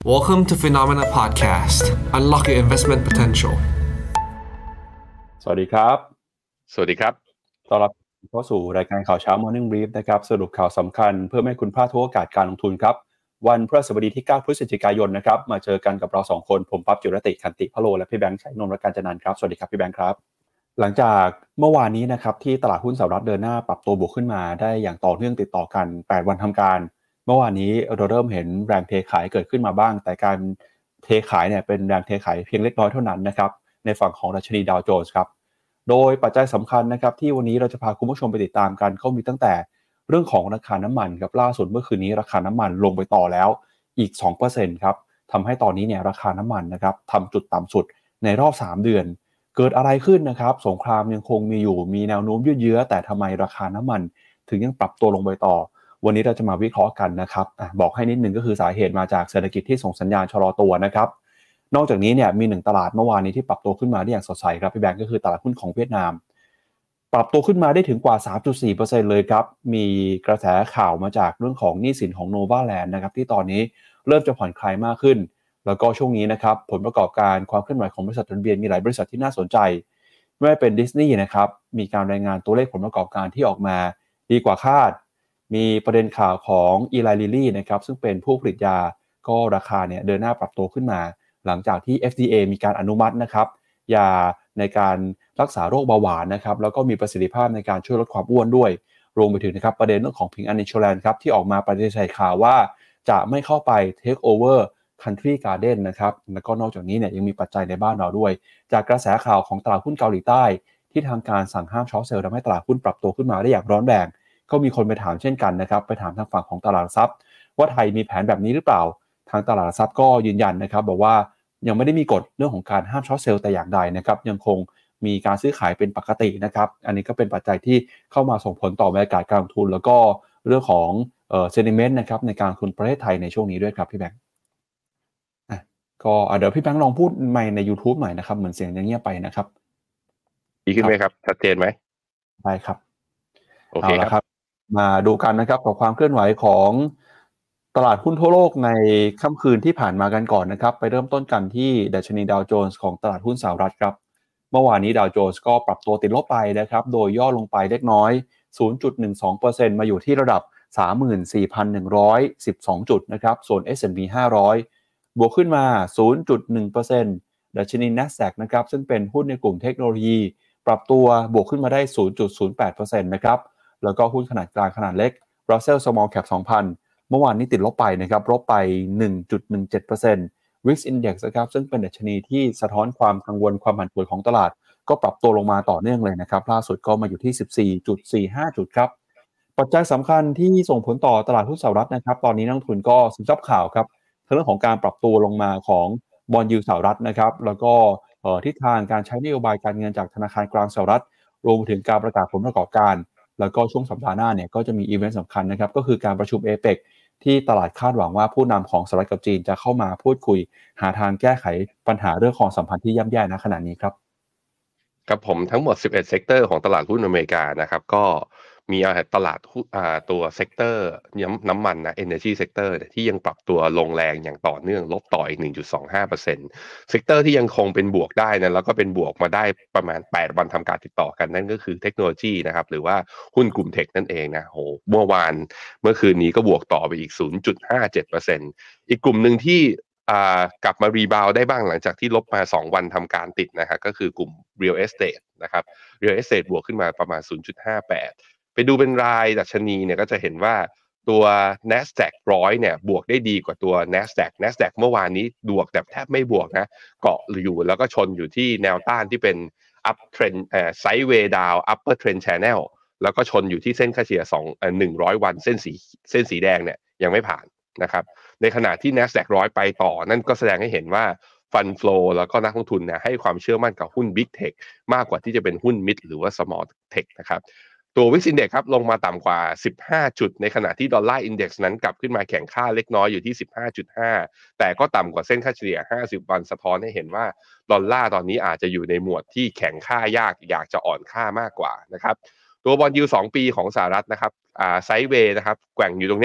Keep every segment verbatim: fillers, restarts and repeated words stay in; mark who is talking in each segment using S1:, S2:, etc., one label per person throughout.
S1: Welcome to Phenomena Podcast. Unlock your investment potential.
S2: สวัสดีครับ
S3: สวัสดีครับ
S2: ต้อนรับเข้าสู่รายการข่าวเช้า Morning Brief นะครับสรุปข่าวสำคัญเพื่อให้คุณพลาดทุกโอกาสการลงทุนครับวันพฤหัสบดีที่เก้าพฤศจิกายนนะครับมาเจอกันกับเราสองคนผมปั๊บจิรติขันติพโลและพี่แบงค์ชัยนนท์รัตน์การจนันท์ครับสวัสดีครับพี่แบงค์ครับหลังจากเมื่อวานนี้นะครับที่ตลาดหุ้นสหรัฐเดินหน้าปรับตัวบวกขึ้นมาได้อย่างต่อเนื่องติดต่อกันแปดวันทำการเมื่อวานนี้เราเริ่มเห็นแรงเทขายเกิดขึ้นมาบ้างแต่การเทขายเนี่ยเป็นแรงเทขายเพียงเล็กน้อยเท่านั้นนะครับในฝั่งของดัชนีดาวโจนส์ครับโดยปัจจัยสำคัญนะครับที่วันนี้เราจะพาคุณผู้ชมไปติดตามกันก็มีตั้งแต่เรื่องของราคาน้ำมันครับล่าสุดเมื่อคืนนี้ราคาน้ำมันลงไปต่อแล้วอีก สองเปอร์เซ็นต์ ครับทำให้ตอนนี้เนี่ยราคาน้ำมันนะครับทำจุดต่ำสุดในรอบสามเดือนเกิดอะไรขึ้นนะครับสงครามยังคงมีอยู่มีแนวโน้มยืดเยื้อแต่ทำไมราคาน้ำมันถึงยังปรับตัวลงไปต่อวันนี้เราจะมาวิเคราะห์กันนะครับอ่ะบอกให้นิดนึงก็คือสาเหตุมาจากเศรษฐกิจที่ส่งสัญญาณชะลอตัวนะครับนอกจากนี้เนี่ยมีหนึ่งตลาดเมื่อวานนี้ที่ปรับตัวขึ้นมาได้อย่างสดใสครับพี่แบงค์ก็คือตลาดหุ้นของเวียดนามปรับตัวขึ้นมาได้ถึงกว่า สามจุดสี่เปอร์เซ็นต์ เลยครับมีกระแสข่าวมาจากเรื่องของหนี้สินของ Novaland นะครับที่ตอนนี้เริ่มจะผ่อนคลายมากขึ้นแล้วก็ช่วงนี้นะครับผลประกอบการความเคลื่อนไหวของบริษัทจดทะเบียนมีหลายบริษัทที่น่าสนใจไม่ว่าเป็นดิสนีย์นะครับมีการรายงานตัวเลขผลประกอบการที่ออกมาดีกว่าคาดมีประเด็นข่าวของ Eli Lilly นะครับซึ่งเป็นผู้ผลิตยาก็ราคาเนี่ยเดินหน้าปรับตัวขึ้นมาหลังจากที่ เอฟ ดี เอ มีการอนุมัตินะครับยาในการรักษาโรคเบาหวานนะครับแล้วก็มีประสิทธิภาพในการช่วยลดความอ้วนด้วยรวมไปถึงนะครับประเด็นเรื่องของ Ping An Insurance ครับที่ออกมาปฏิเสธข่าวว่าจะไม่เข้าไป take over Country Garden นะครับแล้วก็นอกจากนี้เนี่ยยังมีปัจจัยในบ้านเราด้วยจากกระแสข่าวของตลาดหุ้นเกาหลีใต้ที่ทางการสั่งห้ามช็อตเซลล์ทำให้ตลาดหุ้นปรับตัวขึ้นมาได้อย่างร้อนแรงก็มีคนไปถามเช่นกันนะครับไปถามทางฝั่งของตลาดหลักทรัพย์ว่าไทยมีแผนแบบนี้หรือเปล่าทางตลาดหลักทรัพย์ก็ยืนยันนะครับบอกว่ายังไม่ได้มีกฎเรื่องของการห้ามช็อตเซลล์แต่อย่างใดนะครับยังคงมีการซื้อขายเป็นปกตินะครับอันนี้ก็เป็นปัจจัยที่เข้ามาส่งผลต่อบรรยากาศการลงทุนแล้วก็เรื่องของเอ่อ sentiment นะครับในการลงทุนประเทศไทยในช่วงนี้ด้วยครับพี่แบงค์อ่ะก็เดี๋ยวพี่แบงค์ลองพูดไมค์ใน YouTube หน่อยนะครับเหมือนเสียงยังเงียบไปนะครับ
S3: ดีขึ้นไหมครับชัดเจนไหม
S2: ได้ครับ
S3: โอเคครับ
S2: มาดูกันนะครับกับความเคลื่อนไหวของตลาดหุ้นทั่วโลกในค่ำคืนที่ผ่านมากันก่อนนะครับไปเริ่มต้นกันที่ดัชนีดาวโจนส์ของตลาดหุ้นสหรัฐครับเมื่อวานนี้ดาวโจนส์ก็ปรับตัวติดลบไปนะครับโดยย่อลงไปเล็กน้อย ศูนย์จุดหนึ่งสองเปอร์เซ็นต์ มาอยู่ที่ระดับ สามหมื่นสี่พันหนึ่งร้อยสิบสอง จุดนะครับส่วน เอส แอนด์ พี ห้าร้อยบวกขึ้นมา ศูนย์จุดหนึ่งเปอร์เซ็นต์ ดัชนี NASDAQ นะครับซึ่งเป็นหุ้นในกลุ่มเทคโนโลยีปรับตัวบวกขึ้นมาได้ ศูนย์จุดศูนย์แปดเปอร์เซ็นต์ นะครับแล้วก็หุ้นขนาดกลางขนาดเล็ก Russell Small Cap สองพัน เมื่อวานนี้ติดลบไปนะครับลบไป หนึ่งจุดหนึ่งเจ็ดเปอร์เซ็นต์ วี ไอ เอ็กซ์ Index นะครับซึ่งเป็นดัชนีที่สะท้อนความกังวลความผันผวนของตลาดก็ปรับตัวลงมาต่อเนื่องเลยนะครับล่าสุดก็มาอยู่ที่ สิบสี่จุดสี่ห้า จุดครับปัจจัยสำคัญที่ส่งผลต่อตลาดหุ้นสหรัฐนะครับตอนนี้นักลงทุนก็ซึมซับข่าวครับเรื่องของการปรับตัวลงมาของบอนด์ยิลด์สหรัฐนะครับแล้วก็ทิศทางการใช้นโยบายการเงินจากธนาคารกลางสหรัฐรวมถึงการประกาศผลประกอบการแล้วก็ช่วงสัปดาห์หน้าเนี่ยก็จะมีอีเวนต์สำคัญนะครับก็คือการประชุม เอ เปค ที่ตลาดคาดหวังว่าผู้นำของสหรัฐกับจีนจะเข้ามาพูดคุยหาทางแก้ไขปัญหาเรื่องของสัมพันธ์ที่ย่ำแย่ณขณะนี้ครับ
S3: กับผมทั้งหมดสิบเอ็ดเซกเตอร์ของตลาดหุ้นอเมริกานะครับก็มีตลาดหุ้นตัวเซกเตอร์น้ำมันนะ Energy Sector ที่ยังปรับตัวลงแรงอย่างต่อเนื่องลบต่ออีก หนึ่งจุดสองห้าเปอร์เซ็นต์ เซกเตอร์ที่ยังคงเป็นบวกได้นะแล้วก็เป็นบวกมาได้ประมาณแปดวันทำการติดต่อกันนั่นก็คือเทคโนโลยีนะครับหรือว่าหุ้นกลุ่มเทคนั่นเองนะโหเมื่อวานเมื่อคืนนี้ก็บวกต่อไปอีก ศูนย์จุดห้าเจ็ดเปอร์เซ็นต์ อีกกลุ่มนึงที่กลับมารีบาวได้บ้างหลังจากที่ลบมาสองวันทำการติดนะครับก็คือกลุ่ม Real Estate นะครับ Real Estate บวกขึ้นมาประมาณ ศูนย์จุดห้าแปด ไปดูเป็นรายดัชนีเนี่ยก็จะเห็นว่าตัว NASDAQ หนึ่งร้อยเนี่ยบวกได้ดีกว่าตัว NASDAQ NASDAQ เมื่อวานนี้บวกแต่แทบไม่บวกนะเกาะอยู่แล้วก็ชนอยู่ที่แนวต้านที่เป็น up trend เอ่อ sideway down upper trend channel แล้วก็ชนอยู่ที่เส้นค่าเฉลี่ย2เอ่อหนึ่งร้อยวันเส้นสีเส้นสีแดงเนี่ยยังไม่ผ่านนะครับในขณะที่ NASDAQ หนึ่งร้อยไปต่อนั่นก็แสดงให้เห็นว่าฟันโฟลแล้วก็นักลงทุนเนี่ยให้ความเชื่อมั่นกับหุ้น Big Tech มากกว่าที่จะเป็นหุ้น Mid หรือว่า Small Tech นะครับตัว วิ ไอ เอ็กซ์ Index ครับลงมาต่ำกว่าสิบห้าจุดในขณะที่ดอลลาร์ Index นั้นกลับขึ้นมาแข็งค่าเล็กน้อยอยู่ที่ สิบห้าจุดห้า แต่ก็ต่ำกว่าเส้นค่าเฉลี่ยห้าสิบวันสะท้อนให้เห็นว่าดอลลาร์ตอนนี้อาจจะอยู่ในหมวดที่แข็งค่ายากอยากจะอ่อนค่ามากกว่านะครับตัวบอนด์ยิลด์สองปีของสหรัฐนะครับอ่าไซด์เวย์นะครับแกว่งอยู่ตรงเนี้ย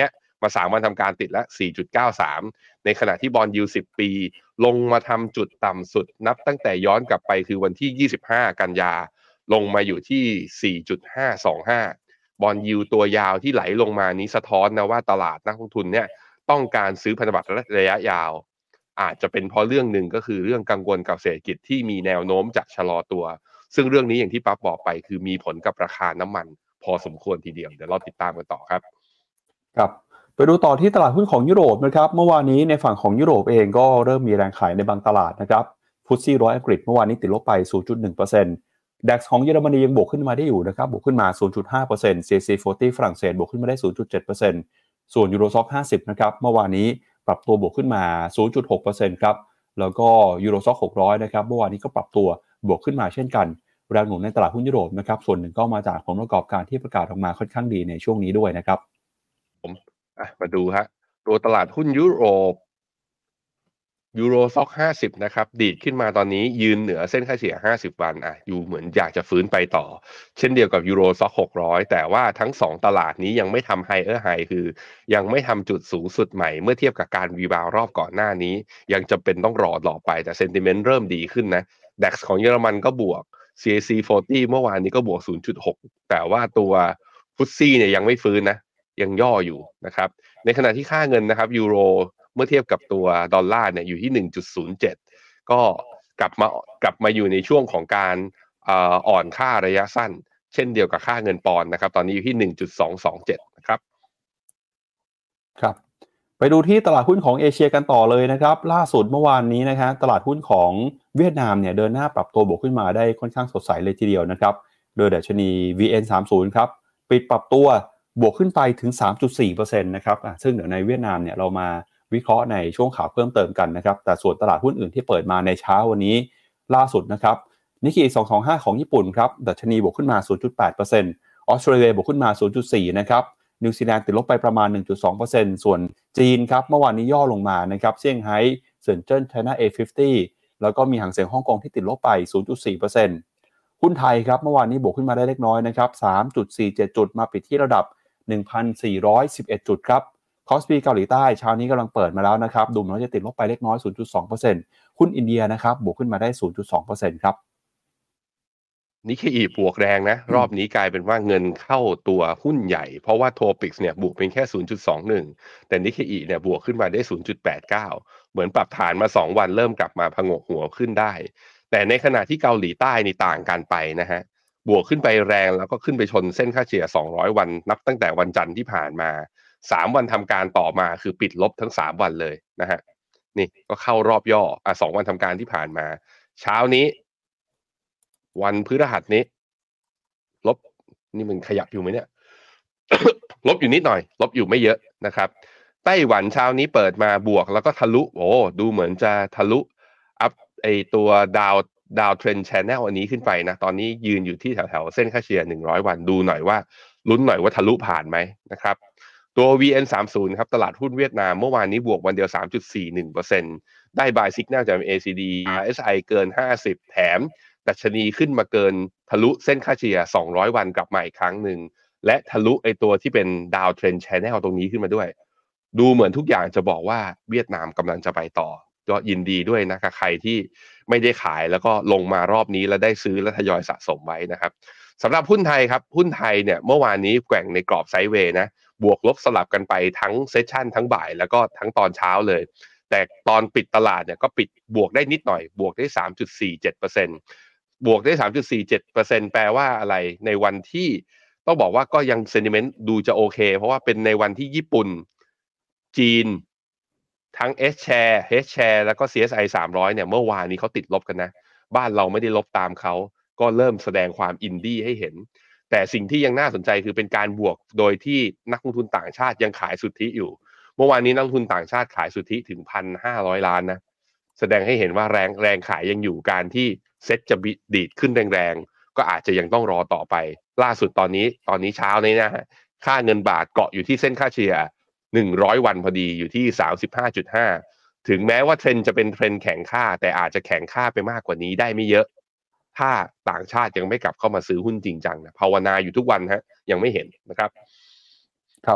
S3: มาสามวันทำการติดแล้ว สี่จุดเก้าสาม ในขณะที่บอนด์ยิลด์สิบปีลงมาทำจุดต่ำสุดนับตั้งแต่ย้อนกลับไปคือวันที่ยี่สิบห้ากันยาลงมาอยู่ที่ สี่จุดห้าสองห้า บอนด์ยิลด์ตัวยาวที่ไหลลงมานี้สะท้อนนะว่าตลาดนักลงทุนเนี่ยต้องการซื้อพันธบัตรระยะยาวอาจจะเป็นเพราะเรื่องหนึ่งก็คือเรื่องกังวลกับเศรษฐกิจที่มีแนวโน้มจะชะลอตัวซึ่งเรื่องนี้อย่างที่ปั๊บบอกไปคือมีผลกับราคาน้ำมันพอสมควรทีเดียวเดี๋ยวเราติดตามกันต่อครับ
S2: ครับไปดูต่อที่ตลาดหุ้นของยุโรปนะครับเมื่อวานนี้ในฝั่งของยุโรปเองก็เริ่มมีแรงขายในบางตลาดนะครับฟุตซี่ร้อยอังกฤษเมื่อวานนี้ติดลบไป ศูนย์จุดหนึ่งเปอร์เซ็นต์ ดัค ของเยอรมนียังบวกขึ้นมาได้อยู่นะครับบวกขึ้นมา ศูนย์จุดห้าเปอร์เซ็นต์ ซี เอ ซี สี่สิบฝรั่งเศสบวกขึ้นมาได้ ศูนย์จุดเจ็ดเปอร์เซ็นต์ ส่วนยูโรซ็อกห้าสิบนะครับเมื่อวานนี้ปรับตัวบวกขึ้นมา ศูนย์จุดหกเปอร์เซ็นต์ ครับแล้วก็ยูโรซ็อกหกร้อยนะครับเมื่อวานนี้ก็ปรับตัวบวกขึ้นมาเช่นกันแรงหนุนในตลาดหุ้นยุโรปนะครับส่วนหนึ่งก็มาจากผลประกอบการที่ประกาศออกมาค่อนข้างดีในช่วงนี้ด้วยนะครับ
S3: ผมมาดูฮะตัวตลาดหุ้นยุโรปยูโรซ็อกห้าสิบนะครับดีดขึ้นมาตอนนี้ยืนเหนือเส้นค่าเฉลี่ยห้าสิบวันอ่ะอยู่เหมือนอยากจะฟื้นไปต่อเช่นเดียวกับยูโรซ็อกหกร้อยแต่ว่าทั้งสองตลาดนี้ยังไม่ทำไฮเออร์ไฮคือยังไม่ทำจุดสูงสุดใหม่เมื่อเทียบกับการรีบาวรอบก่อนหน้านี้ยังจำเป็นต้องรอต่อไปแต่เซนติเมนต์เริ่มดีขึ้นนะ ดัค ของเยอรมันก็บวก ซี เอ ซี สี่สิบเมื่อวานนี้ก็บวก ศูนย์จุดหก แต่ว่าตัวฟุตซี่เนี่ยยังไม่ฟื้นนะยังย่ออยู่นะครับในขณะที่ค่าเงินนะครับยูโรเมื่อเทียบกับตัวดอลลาร์เนี่ยอยู่ที่ หนึ่งจุดศูนย์เจ็ด ก็กลับมากลับมาอยู่ในช่วงของการอ่าอ่อนค่าระยะสั้นเช่นเดียวกับค่าเงินปอนด์นะครับตอนนี้อยู่ที่ หนึ่งจุดสองสองเจ็ด นะครับ
S2: ครับไปดูที่ตลาดหุ้นของเอเชียกันต่อเลยนะครับล่าสุดเมื่อวานนี้นะฮะตลาดหุ้นของเวียดนามเนี่ยเดินหน้าปรับตัวบวกขึ้นมาได้ค่อนข้างสดใสเลยทีเดียวนะครับโดยดัชนี วี เอ็น สามสิบ ครับปิดปรับตัวบวกขึ้นไปถึง สามจุดสี่เปอร์เซ็นต์ นะครับซึ่งเดี๋ยวในเวียดนามเนี่ยเรามาวิเคราะห์ในช่วงข่าวเพิ่มเติมกันนะครับแต่ส่วนตลาดหุ้นอื่นที่เปิดมาในเช้าวันนี้ล่าสุดนะครับนิกเกอิสองสองห้าของญี่ปุ่นครับดัชนีบวกขึ้นมา ศูนย์จุดแปดเปอร์เซ็นต์ ออสเตรเลียบวกขึ้นมา ศูนย์จุดสี่ นะครับนิวซีแลนด์ติดลบไปประมาณ หนึ่งจุดสองเปอร์เซ็นต์ ส่วนจีนครับเมื่อวานนี้ย่อลงมานะครับเซี่ยงไฮ้เซินเจิ้น China เอ ห้าสิบ แล้วก็มีหางเส็งฮ่องกงที่ติดลบไป ศูนย์จุดสี่เปอร์เซ็นต์ หุ้นไทยครับเมื่อวานนี้บวกขึ้นมาได้เล็กน้อยนะครับ สามจุดสี่เจ็ด จุดมาปิดที่ระดับ หนึ่งพันสี่ร้อยสิบเอ็ด จุดครับคอสปีเกาหลีใต้เช้านี้กำลังเปิดมาแล้วนะครับดูเหมือนว่าจะติดลบไปเล็กน้อย ศูนย์จุดสองเปอร์เซ็นต์ หุ้นอินเดียนะครับบวกขึ้นมาได้ ศูนย์จุดสองเปอร์เซ็นต์ ครับ
S3: นิเคอีบวกแรงนะรอบนี้กลายเป็นว่าเงินเข้าตัวหุ้นใหญ่เพราะว่าโทปิกส์เนี่ยบวกเป็นแค่ ศูนย์จุดสองหนึ่ง แต่นิเคอีเนี่ยบวกขึ้นมาได้ ศูนย์จุดแปดเก้า เหมือนปรับฐานมาสองวันเริ่มกลับมาผงกหัวขึ้นได้แต่ในขณะที่เกาหลีใต้นี่ต่างกันไปนะฮะบวกขึ้นไปแรงแล้วก็ขึ้นไปชนเส้นค่าเฉลี่ยสองร้อยวันนับตั้งแต่วันจันทร์ที่ผ่านมาสามวันทำการต่อมาคือปิดลบทั้งสามวันเลยนะฮะนี่ก็เข้ารอบย่ออ่ะสองวันทำการที่ผ่านมาเช้านี้วันพฤหัสนี้ลบนี่มันขยับอยู่ไหมเนี่ย ลบอยู่นิดหน่อยลบอยู่ไม่เยอะนะครับไต้หวันเช้านี้เปิดมาบวกแล้วก็ทะลุโอ้ดูเหมือนจะทะลุอัพไอตัวดาวดาวเทรนด์แชนแนลอันนี้ขึ้นไปนะตอนนี้ยืนอยู่ที่แถวๆเส้นค่าเฉลี่ยหนึ่งร้อยวันดูหน่อยว่าลุ้นหน่อยว่าทะลุผ่านไหมนะครับตัว วี เอ็น สามสิบ ครับตลาดหุ้นเวียดนามเมื่อวานนี้บวกวันเดียว สามจุดสี่หนึ่งเปอร์เซ็นต์ ได้ buy signal จาก เอ ซี ดี อาร์ เอส ไอ เกินห้าสิบแถมดัชนีขึ้นมาเกินทะลุเส้นค่าเฉลี่ยสองร้อยวันกลับมาอีกครั้งหนึ่งและทะลุไอตัวที่เป็นดาวเทรนด์แชนแนลตรงนี้ขึ้นมาด้วยดูเหมือนทุกอย่างจะบอกว่าเวียดนามกำลังจะไปต่อก็ยินดีด้วยนะครับใครที่ไม่ได้ขายแล้วก็ลงมารอบนี้แล้วได้ซื้อและทยอยสะสมไว้นะครับสำหรับหุ้นไทยครับหุ้นไทยเนี่ยเมื่อวานนี้แกว่งในกรอบไซด์เวย์นะบวกลบสลับกันไปทั้งเซสชั่นทั้งบ่ายแล้วก็ทั้งตอนเช้าเลยแต่ตอนปิดตลาดเนี่ยก็ปิดบวกได้นิดหน่อยบวกได้ สามจุดสี่เจ็ดเปอร์เซ็นต์ บวกได้ สามจุดสี่เจ็ดเปอร์เซ็นต์ แปลว่าอะไรในวันที่ต้องบอกว่าก็ยังเซนติเมนต์ดูจะโอเคเพราะว่าเป็นในวันที่ญี่ปุ่นจีนทั้ง S-Share H-Share แล้วก็ ซี เอส ไอ สามร้อยเนี่ยเมื่อวานนี้เขาติดลบกันนะบ้านเราไม่ได้ลบตามเขาก็เริ่มแสดงความอินดี้ให้เห็นแต่สิ่งที่ยังน่าสนใจคือเป็นการบวกโดยที่นักลงทุนต่างชาติยังขายสุทธิอยู่เมื่อวานนี้นักลงทุนต่างชาติขายสุทธิถึง หนึ่งพันห้าร้อย ล้านนะแสดงให้เห็นว่าแรงแรงขายยังอยู่การที่เซ็ตจะดีดขึ้นแรงๆก็อาจจะยังต้องรอต่อไปล่าสุดตอนนี้ตอนนี้เช้านี้นะฮะค่าเงินบาทเกาะอยู่ที่เส้นค่าเฉลี่ยหนึ่งร้อยวันพอดีอยู่ที่ สามสิบห้าจุดห้า ถึงแม้ว่าเทรนด์จะเป็นเทรนด์แข็งค่าแต่อาจจะแข็งค่าไปมากกว่านี้ได้ไม่เยอะถ้าต่างชาติยังไม่กลับเข้ามาซื้อหุ้นจริงจังนะภาวนาอยู่ทุกวันฮะยังไม่เห็นนะครับ
S2: ครับ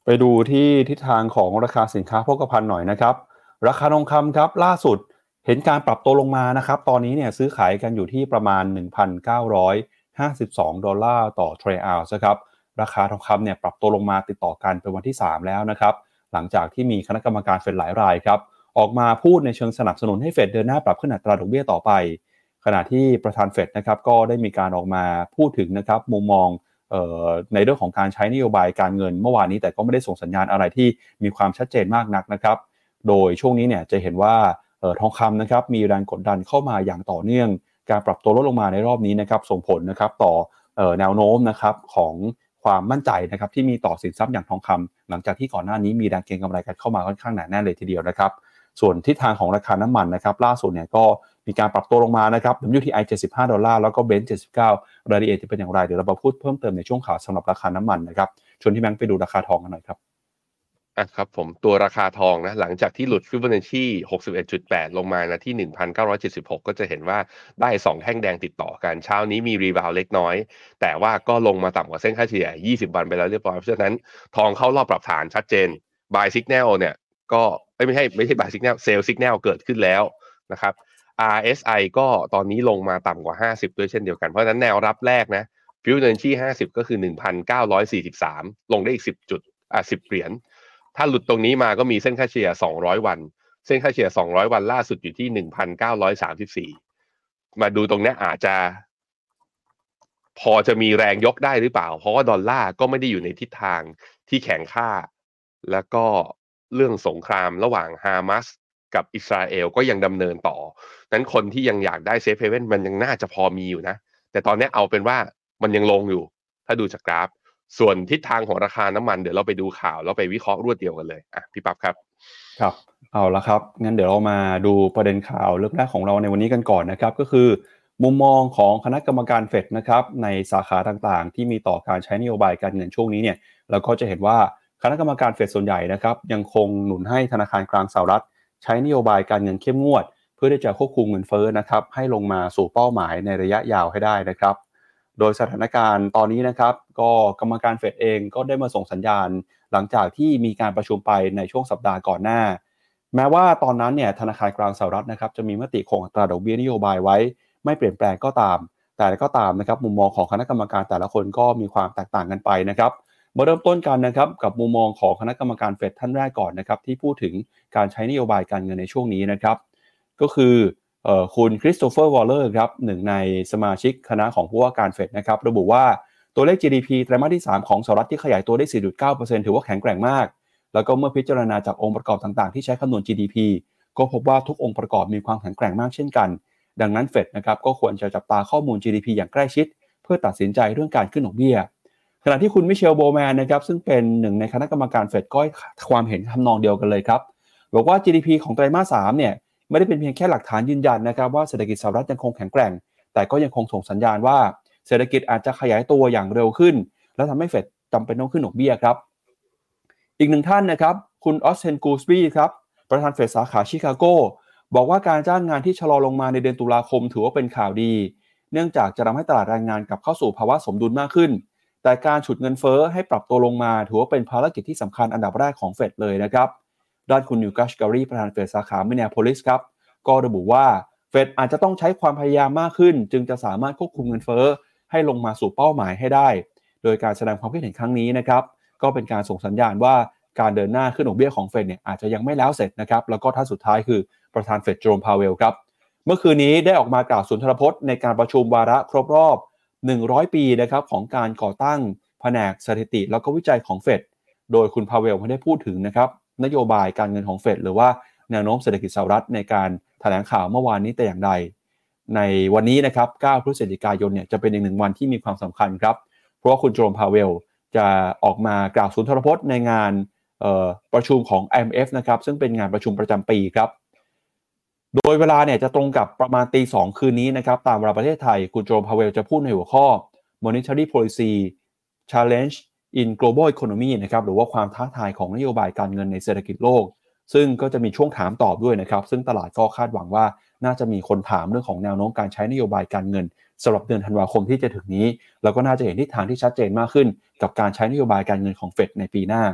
S2: ไปดูที่ทิศทางของราคาสินค้าโภคภัณฑ์หน่อยนะครับราคาทองคำครับล่าสุดเห็นการปรับตัวลงมานะครับตอนนี้เนี่ยซื้อขายกันอยู่ที่ประมาณ หนึ่งพันเก้าร้อยห้าสิบสอง ดอลลาร์ต่อเทรย์ออนซ์ครับราคาทองคำเนี่ยปรับตัวลงมาติดต่อกันเป็นวันที่สามแล้วนะครับหลังจากที่มีคณะกรรมการเฟดหลายรายครับออกมาพูดในเชิงสนับสนุนให้เฟดเดินหน้าปรับขึ้นอัตราดอกเบี้ยต่อไปขณะที่ประธานเฟดนะครับก็ได้มีการออกมาพูดถึงนะครับมุมมองในเรื่องของการใช้นโยบายการเงินเมื่อวานนี้แต่ก็ไม่ได้ส่งสัญญาณอะไรที่มีความชัดเจนมากนักนะครับโดยช่วงนี้เนี่ยจะเห็นว่าทองคำนะครับมีแรงกดดันเข้ามาอย่างต่อเนื่องการปรับตัวลดลงมาในรอบนี้นะครับส่งผลนะครับต่อแนวโน้มนะครับของความมั่นใจนะครับที่มีต่อสินทรัพย์อย่างทองคำหลังจากที่ก่อนหน้านี้มีแรงเก็งกำไรกันเข้ามาค่อนข้างหนาแน่นเลยทีเดียวนะครับส่วนทิศทางของราคาน้ำมันนะครับล่าสุดเนี่ยก็มีการปรับตัวลงมานะครับ ดับเบิลยู ที ไอ เจ็ดสิบห้าดอลลาร์แล้วก็ Brent เจ็ดสิบเก้ารายละเอียดจะเป็นอย่างไรเดี๋ยวเรามาพูดเพิ่มเติมในช่วงข่าวสำหรับราคาน้ำมันนะครับชวนที่แบงค์ไปดูราคาทองกันหน่อยครับ
S3: อ่ะครับผมตัวราคาทองนะหลังจากที่หลุด Fibonacci หกสิบเอ็ดจุดแปด ลงมานะที่ หนึ่งพันเก้าร้อยเจ็ดสิบหก ก็จะเห็นว่าได้สองแท่งแดงติดต่อกันเช้านี้มีรีบาวด์เล็กน้อยแต่ว่าก็ลงมาต่ำกว่าเส้นค่าเฉลี่ยยี่สิบวันไปแล้วเรียบร้อยเพราะฉะนั้นทองเข้ารอบปรับฐานชัดเจน Buy Signal เนี่ยก็ไม่ใช่ไม่ใช่ Buy Signal Sell Signal เกิดขึ้นแล้วนะครับ อาร์ เอส ไอ ก็ตอนนี้ลงมาต่ำกว่าห้าสิบด้วยเช่นเดียวกันเพราะฉะนั้นแนวรับแรกนะ Fibonacci ห้าสิบก็คือ หนึ่งพันเก้าร้อยสี่สิบสาม ลงได้อีกสิบจุดอ่ะสิบเหรียญถ้าหลุดตรงนี้มาก็มีเส้นค่าเฉลี่ยสองร้อยวันเส้นค่าเฉลี่ยสองร้อยวันล่าสุดอยู่ที่ หนึ่งพันเก้าร้อยสามสิบสี่ มาดูตรงนี้อาจจะพอจะมีแรงยกได้หรือเปล่าเพราะว่าดอลลาร์ก็ไม่ได้อยู่ในทิศทางที่แข็งค่าแล้วก็เรื่องสงครามระหว่างฮามาสกับอิสราเอลก็ยังดำเนินต่อนั้นคนที่ยังอยากได้เซฟเฮเว่นมันยังน่าจะพอมีอยู่นะแต่ตอนนี้เอาเป็นว่ามันยังลงอยู่ถ้าดูจากกราฟส่วนทิศทางของราคาน้ำมันเดี๋ยวเราไปดูข่าวแล้วไปวิเคราะห์รวดเดียวกันเลยอ่ะพี่ปั๊บครับ
S2: ครับเอาละครับงั้นเดี๋ยวเรามาดูประเด็นข่าวเรื่องแรกของเราในวันนี้กันก่อนนะครับก็คือมุมมองของคณะกรรมการเฟดนะครับในสาขาต่างๆที่มีต่อการใช้นโยบายการเงินช่วงนี้เนี่ยเราก็จะเห็นว่าคณะกรรมการเฟดส่วนใหญ่นะครับยังคงหนุนให้ธนาคารกลางสหรัฐใช้นโยบายการเงินเข้มงวดเพื่อที่จะควบคุมเงินเฟ้อนะครับให้ลงมาสู่เป้าหมายในระยะยาวให้ได้นะครับโดยสถานการณ์ตอนนี้นะครับก็กรรมการเฟดเองก็ได้มาส่งสัญญาณหลังจากที่มีการประชุมไปในช่วงสัปดาห์ก่อนหน้าแม้ว่าตอนนั้นเนี่ยธนาคารกลางสหรัฐนะครับจะมีมติคงอัตราดอกเบี้ยนโยบายไว้ไม่เปลี่ยนแปลงก็ตามแต่ก็ตามนะครับมุมมองของคณะกรรมการแต่ละคนก็มีความแตกต่างกันไปนะครับมาเริ่มต้นกันนะครับกับมุมมองของคณะกรรมการเฟดท่านแรกก่อนนะครับที่พูดถึงการใช้นโยบายการเงินในช่วงนี้นะครับก็คือเอ่อคุณคริสโตเฟอร์วอลเลอร์ครับหนึ่งในสมาชิกคณะของผู้ว่าการเฟดนะครับระบุว่าตัวเลข จี ดี พี ไตรมาสที่สามของสหรัฐที่ขยายตัวได้ สี่จุดเก้าเปอร์เซ็นต์ ถือว่าแข็งแกร่งมากแล้วก็เมื่อพิจารณาจากองค์ประกอบต่างๆที่ใช้คำนวณ จี ดี พี ก็พบว่าทุกองค์ประกอบมีความแข็งแกร่งมากเช่นกันดังนั้นเฟดนะครับก็ควรจะจับตาข้อมูล จี ดี พี อย่างใกล้ชิดเพื่อตัดสินใจเรื่องการขึ้นดอกเบี้ยขณะที่คุณมิเชลโบแมนนะครับซึ่งเป็นหนึ่งในคณะกรรมการเฟดก็ความเห็นทำนองเดียวกันเลยครับบอกว่า จี ดี พี ของไตรมาสสามเนี่ยไม่ได้เป็นเพียงแค่หลักฐานยืนยันนะครับว่าเศรษฐกิจสหรัฐยังคงแข็งแกร่งแต่ก็ยังคงส่งสัญญาณว่าเศรษฐกิจอาจจะขยายตัวอย่างเร็วขึ้นและทำให้เฟดจำเป็นต้องขึ้นดอกเบี้ยครับอีกหนึ่งท่านนะครับคุณออสเทนกูสบีครับประธานเฟดสาขาชิคาโกบอกว่าการจ้างงานที่ชะลอลงมาในเดือนตุลาคมถือว่าเป็นข่าวดีเนื่องจากจะทำให้ตลาดแรงงานกลับเข้าสู่ภาวะสมดุลมากขึ้นแต่การฉุดเงินเฟ้อให้ปรับตัวลงมาถือว่าเป็นภารกิจที่สำคัญอันดับแรกของเฟดเลยนะครับด้านคุณนิวกัชการีประธานเฟดสาขามินนีแอโพลิสครับก็ระบุว่าเฟดอาจจะต้องใช้ความพยายามมากขึ้นจึงจะสามารถควบคุมเงินเฟ้อให้ลงมาสู่เป้าหมายให้ได้โดยการแสดงความคิดเห็นครั้งนี้นะครับก็เป็นการส่งสัญญาณว่าการเดินหน้าขึ้นดอกเบี้ยของเฟดเนี่ยอาจจะยังไม่แล้วเสร็จนะครับแล้วก็ท่านสุดท้ายคือประธานเฟดเจอโรมพาเวลครับเมื่อคืนนี้ได้ออกมากล่าวสุนทรพจน์ในการประชุมวาระครบรอบหนึ่งร้อยปีนะครับของการก่อตั้งแผนกสถิติแล้วก็วิจัยของเฟดโดยคุณพาเวลไม่ได้พูดถึงนะครับนโยบายการเงินของเฟดหรือว่าแนวโน้มเศรษฐกิจสหรัฐในการแถลงข่าวเมื่อวานนี้แต่อย่างใดในวันนี้นะครับเก้าพฤศจิกายนเนี่ยจะเป็นอีกหนึ่งวันที่มีความสำคัญครับเพราะว่าคุณเจอโรมพาเวลจะออกมากล่าวสุนทรพจน์ในงานประชุมของ ไอ เอ็ม เอฟ นะครับซึ่งเป็นงานประชุมประจำปีครับโดยเวลาเนี่ยจะตรงกับประมาณตีสองคืนนี้นะครับตามเวลาประเทศไทยคุณเจอโรมพาเวลจะพูดในหัวข้อ Monetary Policy Challenge in Global Economy นะครับหรือว่าความท้าทายของนโยบายการเงินในเศรษฐกิจโลกซึ่งก็จะมีช่วงถามตอบด้วยนะครับซึ่งตลาดก็คาดหวังว่าน่าจะมีคนถามเรื่องของแนวโน้มการใช้นโยบายการเงินสำหรับเดือนธันวาคมที่จะถึงนี้แล้วก็น่าจะเห็นทิศทางที่ชัดเจนมากขึ้นกับการใช้นโยบายการเงินของเฟดในปีหน้า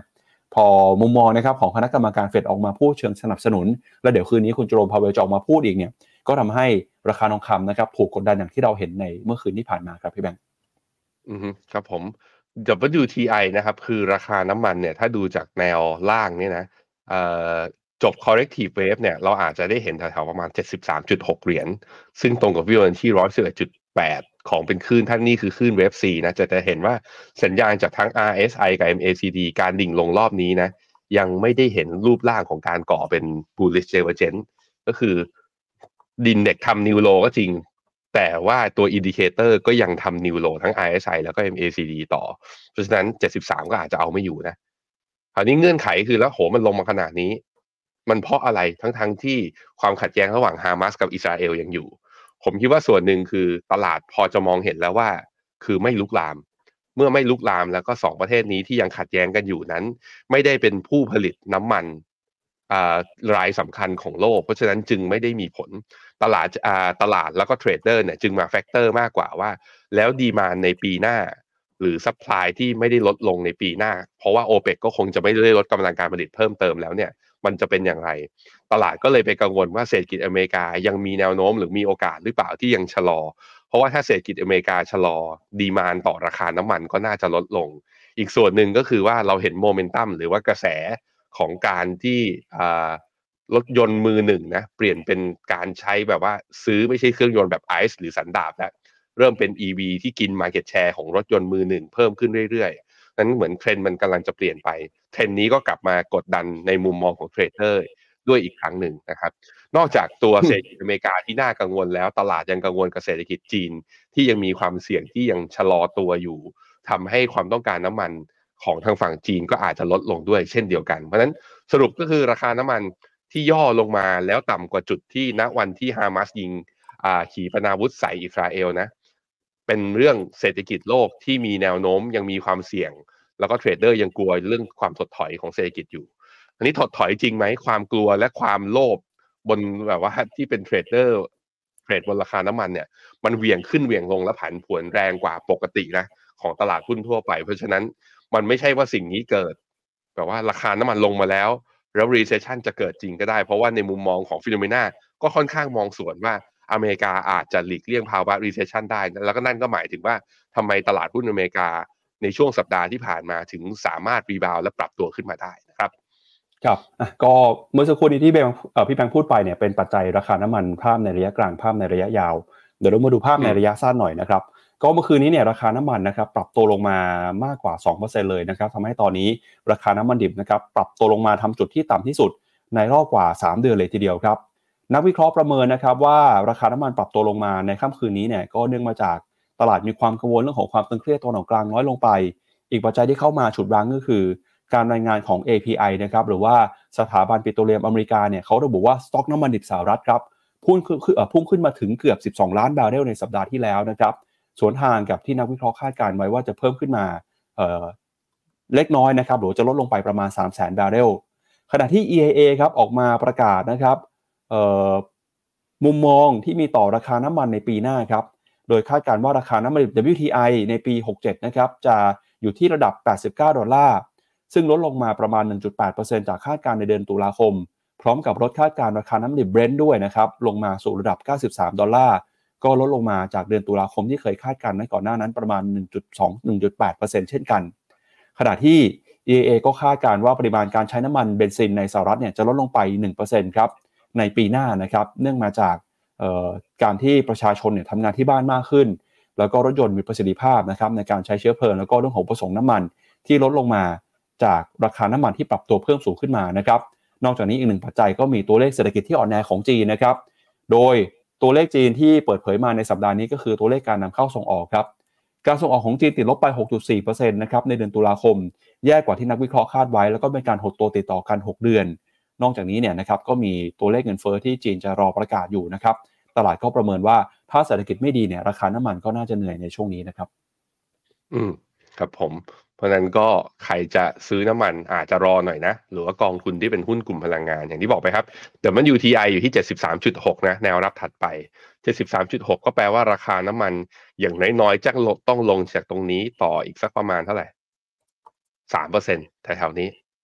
S2: พอมุมมองนะครับของคณะกรรมการเฟดออกมาพูดเชิงสนับสนุนแล้วเดี๋ยวคืนนี้คุณโจโรมพาเวลจะออกมาพูดอีกเนี่ยก็ทำให้ราคาทองคำนะครับถูกกดดันอย่างที่เราเห็นในเมื่อคืนที่ผ่านมาครับพี่แบงค์
S3: อือฮึครับผม ดับเบิลยู ที ไอ นะครับคือราคาน้ำมันเนี่ยถ้าดูจากแนวล่างเนี่ยนะเอ่อจบ corrective wave เนี่ยเราอาจจะได้เห็นแถวๆประมาณ เจ็ดสิบสามจุดหก เหรียญซึ่งตรงกับ Fibonacci หนึ่งร้อยสิบเอ็ดจุดแปด ของเป็นคลื่นท่านนี้คือคลื่น Wave สี่นะจะจะเห็นว่าสัญญาณจากทั้ง อาร์ เอส ไอ กับ เอ็ม เอ ซี ดี การดิ่งลงรอบนี้นะยังไม่ได้เห็นรูปร่างของการก่อเป็น bullish divergence ก็คือดินเด็กทำนิวโลก็จริงแต่ว่าตัวอินดิเคเตอร์ก็ยังทำนิวโลทั้ง อาร์ เอส ไอ แล้วก็ เอ็ม เอ ซี ดี ต่อเพราะฉะนั้นเจ็ดสิบสามก็อาจจะเอาไม่อยู่นะคราวนี้เงื่อนไขคือแล้วโหมันลงมาขนาดนี้มันเพราะอะไรทั้งๆ ท, ที่ความขัดแย้งระหว่างฮามาสกับอิสราเอลยังอยู่ผมคิดว่าส่วนหนึ่งคือตลาดพอจะมองเห็นแล้วว่าคือไม่ลุกลามเมื่อไม่ลุกลามแล้วก็สองประเทศนี้ที่ยังขัดแย้งกันอยู่นั้นไม่ได้เป็นผู้ผลิตน้ำมันรายสำคัญของโลกเพราะฉะนั้นจึงไม่ได้มีผลตลาดตลาดแล้วก็เทรดเดอร์เนี่ยจึงมาแฟกเตอร์มากกว่าว่าแล้วดีมานด์ในปีหน้าหรือซัพพลายที่ไม่ได้ลดลงในปีหน้าเพราะว่า โอเปก ก็คงจะไม่ได้ลดกำลังการผลิตเพิ่มเติมแล้วเนี่ยมันจะเป็นอย่างไรตลาดก็เลยไปกังวลว่าเศรษฐกิจอเมริกายังมีแนวโน้มหรือมีโอกาสหรือเปล่าที่ยังชะลอเพราะว่าถ้าเศรษฐกิจอเมริกาชะลอดีมานด์ต่อราคาน้ำมันก็น่าจะลดลงอีกส่วนหนึ่งก็คือว่าเราเห็นโมเมนตัมหรือว่ากระแสของการที่รถยนต์มือหนึ่งนะเปลี่ยนเป็นการใช้แบบว่าซื้อไม่ใช่เครื่องยนต์แบบไอซ์หรือสันดาปแล้วเริ่มเป็น อี วี ที่กิน market share ของรถยนต์มือหนึ่งเพิ่มขึ้นเรื่อยๆนั้นเหมือนเทรนด์มันกำลังจะเปลี่ยนไปเทรนด์นี้ก็กลับมากดดันในมุมมองของเทรดเดอร์ด้วยอีกครั้งหนึ่งนะครับนอกจากตัวเศรษฐกิจอเมริกาที่น่ากังวลแล้วตลาดยังกังวลกับเศรษฐกิจจีนที่ยังมีความเสี่ยงที่ยังชะลอตัวอยู่ทำให้ความต้องการน้ำมันของทางฝั่งจีนก็อาจจะลดลงด้วยเช่นเดียวกันเพราะฉะนั้นสรุปก็คือราคาน้ำมันที่ย่อลงมาแล้วต่ำกว่าจุดที่ณวันที่ฮามาสยิงขีปนาวุธใส่อิสราเอลนะเป็นเรื่องเศรษฐกิจโลกที่มีแนวโน้มยังมีความเสี่ยงแล้วก็เทรดเดอร์ยังกลัวเรื่องความถดถอยของเศรษฐกิจอยู่อันนี้ถดถอยจริงไหมความกลัวและความโลภบนแบบว่าที่เป็นเทรดเดอร์เทรดบนราคาน้ำมันเนี่ยมันเหวี่ยงขึ้นเหวี่ยงลงและผันผวนแรงกว่าปกตินะของตลาดหุ้นทั่วไปเพราะฉะนั้นมันไม่ใช่ว่าสิ่งนี้เกิดแบบว่าราคาน้ำมันลงมาแล้วแล้ว recession จะเกิดจริงก็ได้เพราะว่าในมุมมองของฟิโนเมนาก็ค่อนข้างมองสวนว่าอเมริกาอาจจะหลีกเลี่ยงภาวะ recession ได้แล้วก็นั่นก็หมายถึงว่าทำไมตลาดหุ้นอเมริกาในช่วงสัปดาห์ที่ผ่านมาถึงสามารถรีบาวและปรับตัวขึ้นมาได้นะครับ
S2: ครับอ่ะก็เมื่อสักครู่นี้ที่พี่แบงค์พูดไปเนี่ยเป็นปัจจัยราคาน้ำมันภาพในระยะกลางภาพในระยะยาวเดี๋ยวเรามาดูภาพในระยะสั้นหน่อยนะครับก็เมื่อคืนนี้เนี่ยราคาน้ำมันนะครับปรับตัวลงมามากกว่า สองเปอร์เซ็นต์ เลยนะครับทำให้ตอนนี้ราคาน้ำมันดิบนะครับปรับตัวลงมาทำจุดที่ต่ำที่สุดในรอบกว่าสามเดือนเลยทีเดียวครับนักวิเคราะห์ประเมินนะครับว่าราคาน้ำมันปรับตัวลงมาในค่ำคืนนี้เนี่ยก็เนื่องมาจากตลาดมีความกังวลเรื่องของความตึงเครียดตัวหนกลางน้อยลงไปอีกปัจจัยที่เข้ามาฉุดรั้งก็คือการรายงานของ เอ พี ไอ นะครับหรือว่าสถาบันปิโตรเลียมอเมริกาเนี่ยเขาระบุว่าสต็อกน้ำมันดิบสหรัฐครับพุ่งขึ้นพุ่งขึ้นมาถึงเกือบสิบสองล้านบาร์เรลในสัปดาห์ที่แล้วนะครับสวนทางกับที่นักวิเคราะห์คาดการณ์ไว้ว่าจะเพิ่มขึ้นมาเอ่อเล็กน้อยนะครับหรือจะลดลงไปประมาณ สามแสน บาร์เรลขณะที่ อี เอ เอ ครับออกมาประกาศนะครับเอ่อมุมมองที่มีต่อราคาน้ำมันในปีหน้าครับโดยคาดการณ์ว่าราคาน้ำมันดิบ ดับเบิลยู ที ไอ ในปีหกสิบเจ็ดนะครับจะอยู่ที่ระดับแปดสิบเก้าดอลลาร์ซึ่งลดลงมาประมาณ หนึ่งจุดแปดเปอร์เซ็นต์ จากคาดการณ์ในเดือนตุลาคมพร้อมกับลดคาดการณ์ราคาน้ำมันดิบ Brent ด้วยนะครับลงมาสู่ระดับเก้าสิบสามดอลลาร์ก็ลดลงมาจากเดือนตุลาคมที่เคยคาดการณ์ไว้ก่อนหน้านั้นประมาณ หนึ่งจุดสอง หนึ่งจุดแปดเปอร์เซ็นต์ เช่นกันขณะที่ อี เอ เอ ก็คาดการณ์ว่าปริมาณการใช้น้ำมันเบนซินในสหรัฐเนี่ยจะลดลงไป หนึ่งเปอร์เซ็นต์ ครับในปีหน้านะครับเนื่องมาจากการที่ประชาชนเนี่ยทำงานที่บ้านมากขึ้นแล้วก็รถยนต์มีประสิทธิภาพนะครับในการใช้เชื้อเพลิงแล้วก็เรื่องของประสงค์น้ำมันที่ลดลงมาจากราคาน้ำมันที่ปรับตัวเพิ่มสูงขึ้นมานะครับนอกจากนี้อีกหนึ่งปัจจัยก็มีตัวเลขเศรษฐกิจที่อ่อนแอของจีนนะครับโดยตัวเลขจีนที่เปิดเผยมาในสัปดาห์นี้ก็คือตัวเลขการนำเข้าส่งออกครับการส่งออกของจีนติดลบไป หกจุดสี่เปอร์เซ็นต์ นะครับในเดือนตุลาคมแย่กว่าที่นักวิเคราะห์คาดไว้แล้วก็เป็นการหดตัวติดต่อกันหกเดือนนอกจากนี้เนี่ยนะครับก็มีตัวเลขเงินเฟ้อที่จีนจะรอประกาศอยู่นะครับตลาดก็ประเมินว่าถ้าเศรษฐกิจไม่ดีเนี่ยราคาน้ำมันก็น่าจะเหนื่อยในช่วงนี้นะครับ
S3: อืมครับผมเพราะนั้นก็ใครจะซื้อน้ำมันอาจจะรอหน่อยนะหรือว่ากองทุนที่เป็นหุ้นกลุ่มพลังงานอย่างที่บอกไปครับแต่มัน ยู ที ไอ อยู่ที่ เจ็ดสิบสามจุดหก นะแนวรับถัดไป เจ็ดสิบสามจุดหก ก็แปลว่าราคาน้ำมันอย่างน้อยๆจะต้องลงจากตรงนี้ต่ออีกสักประมาณเท่าไหร่ สามเปอร์เซ็นต์ แถวๆนี้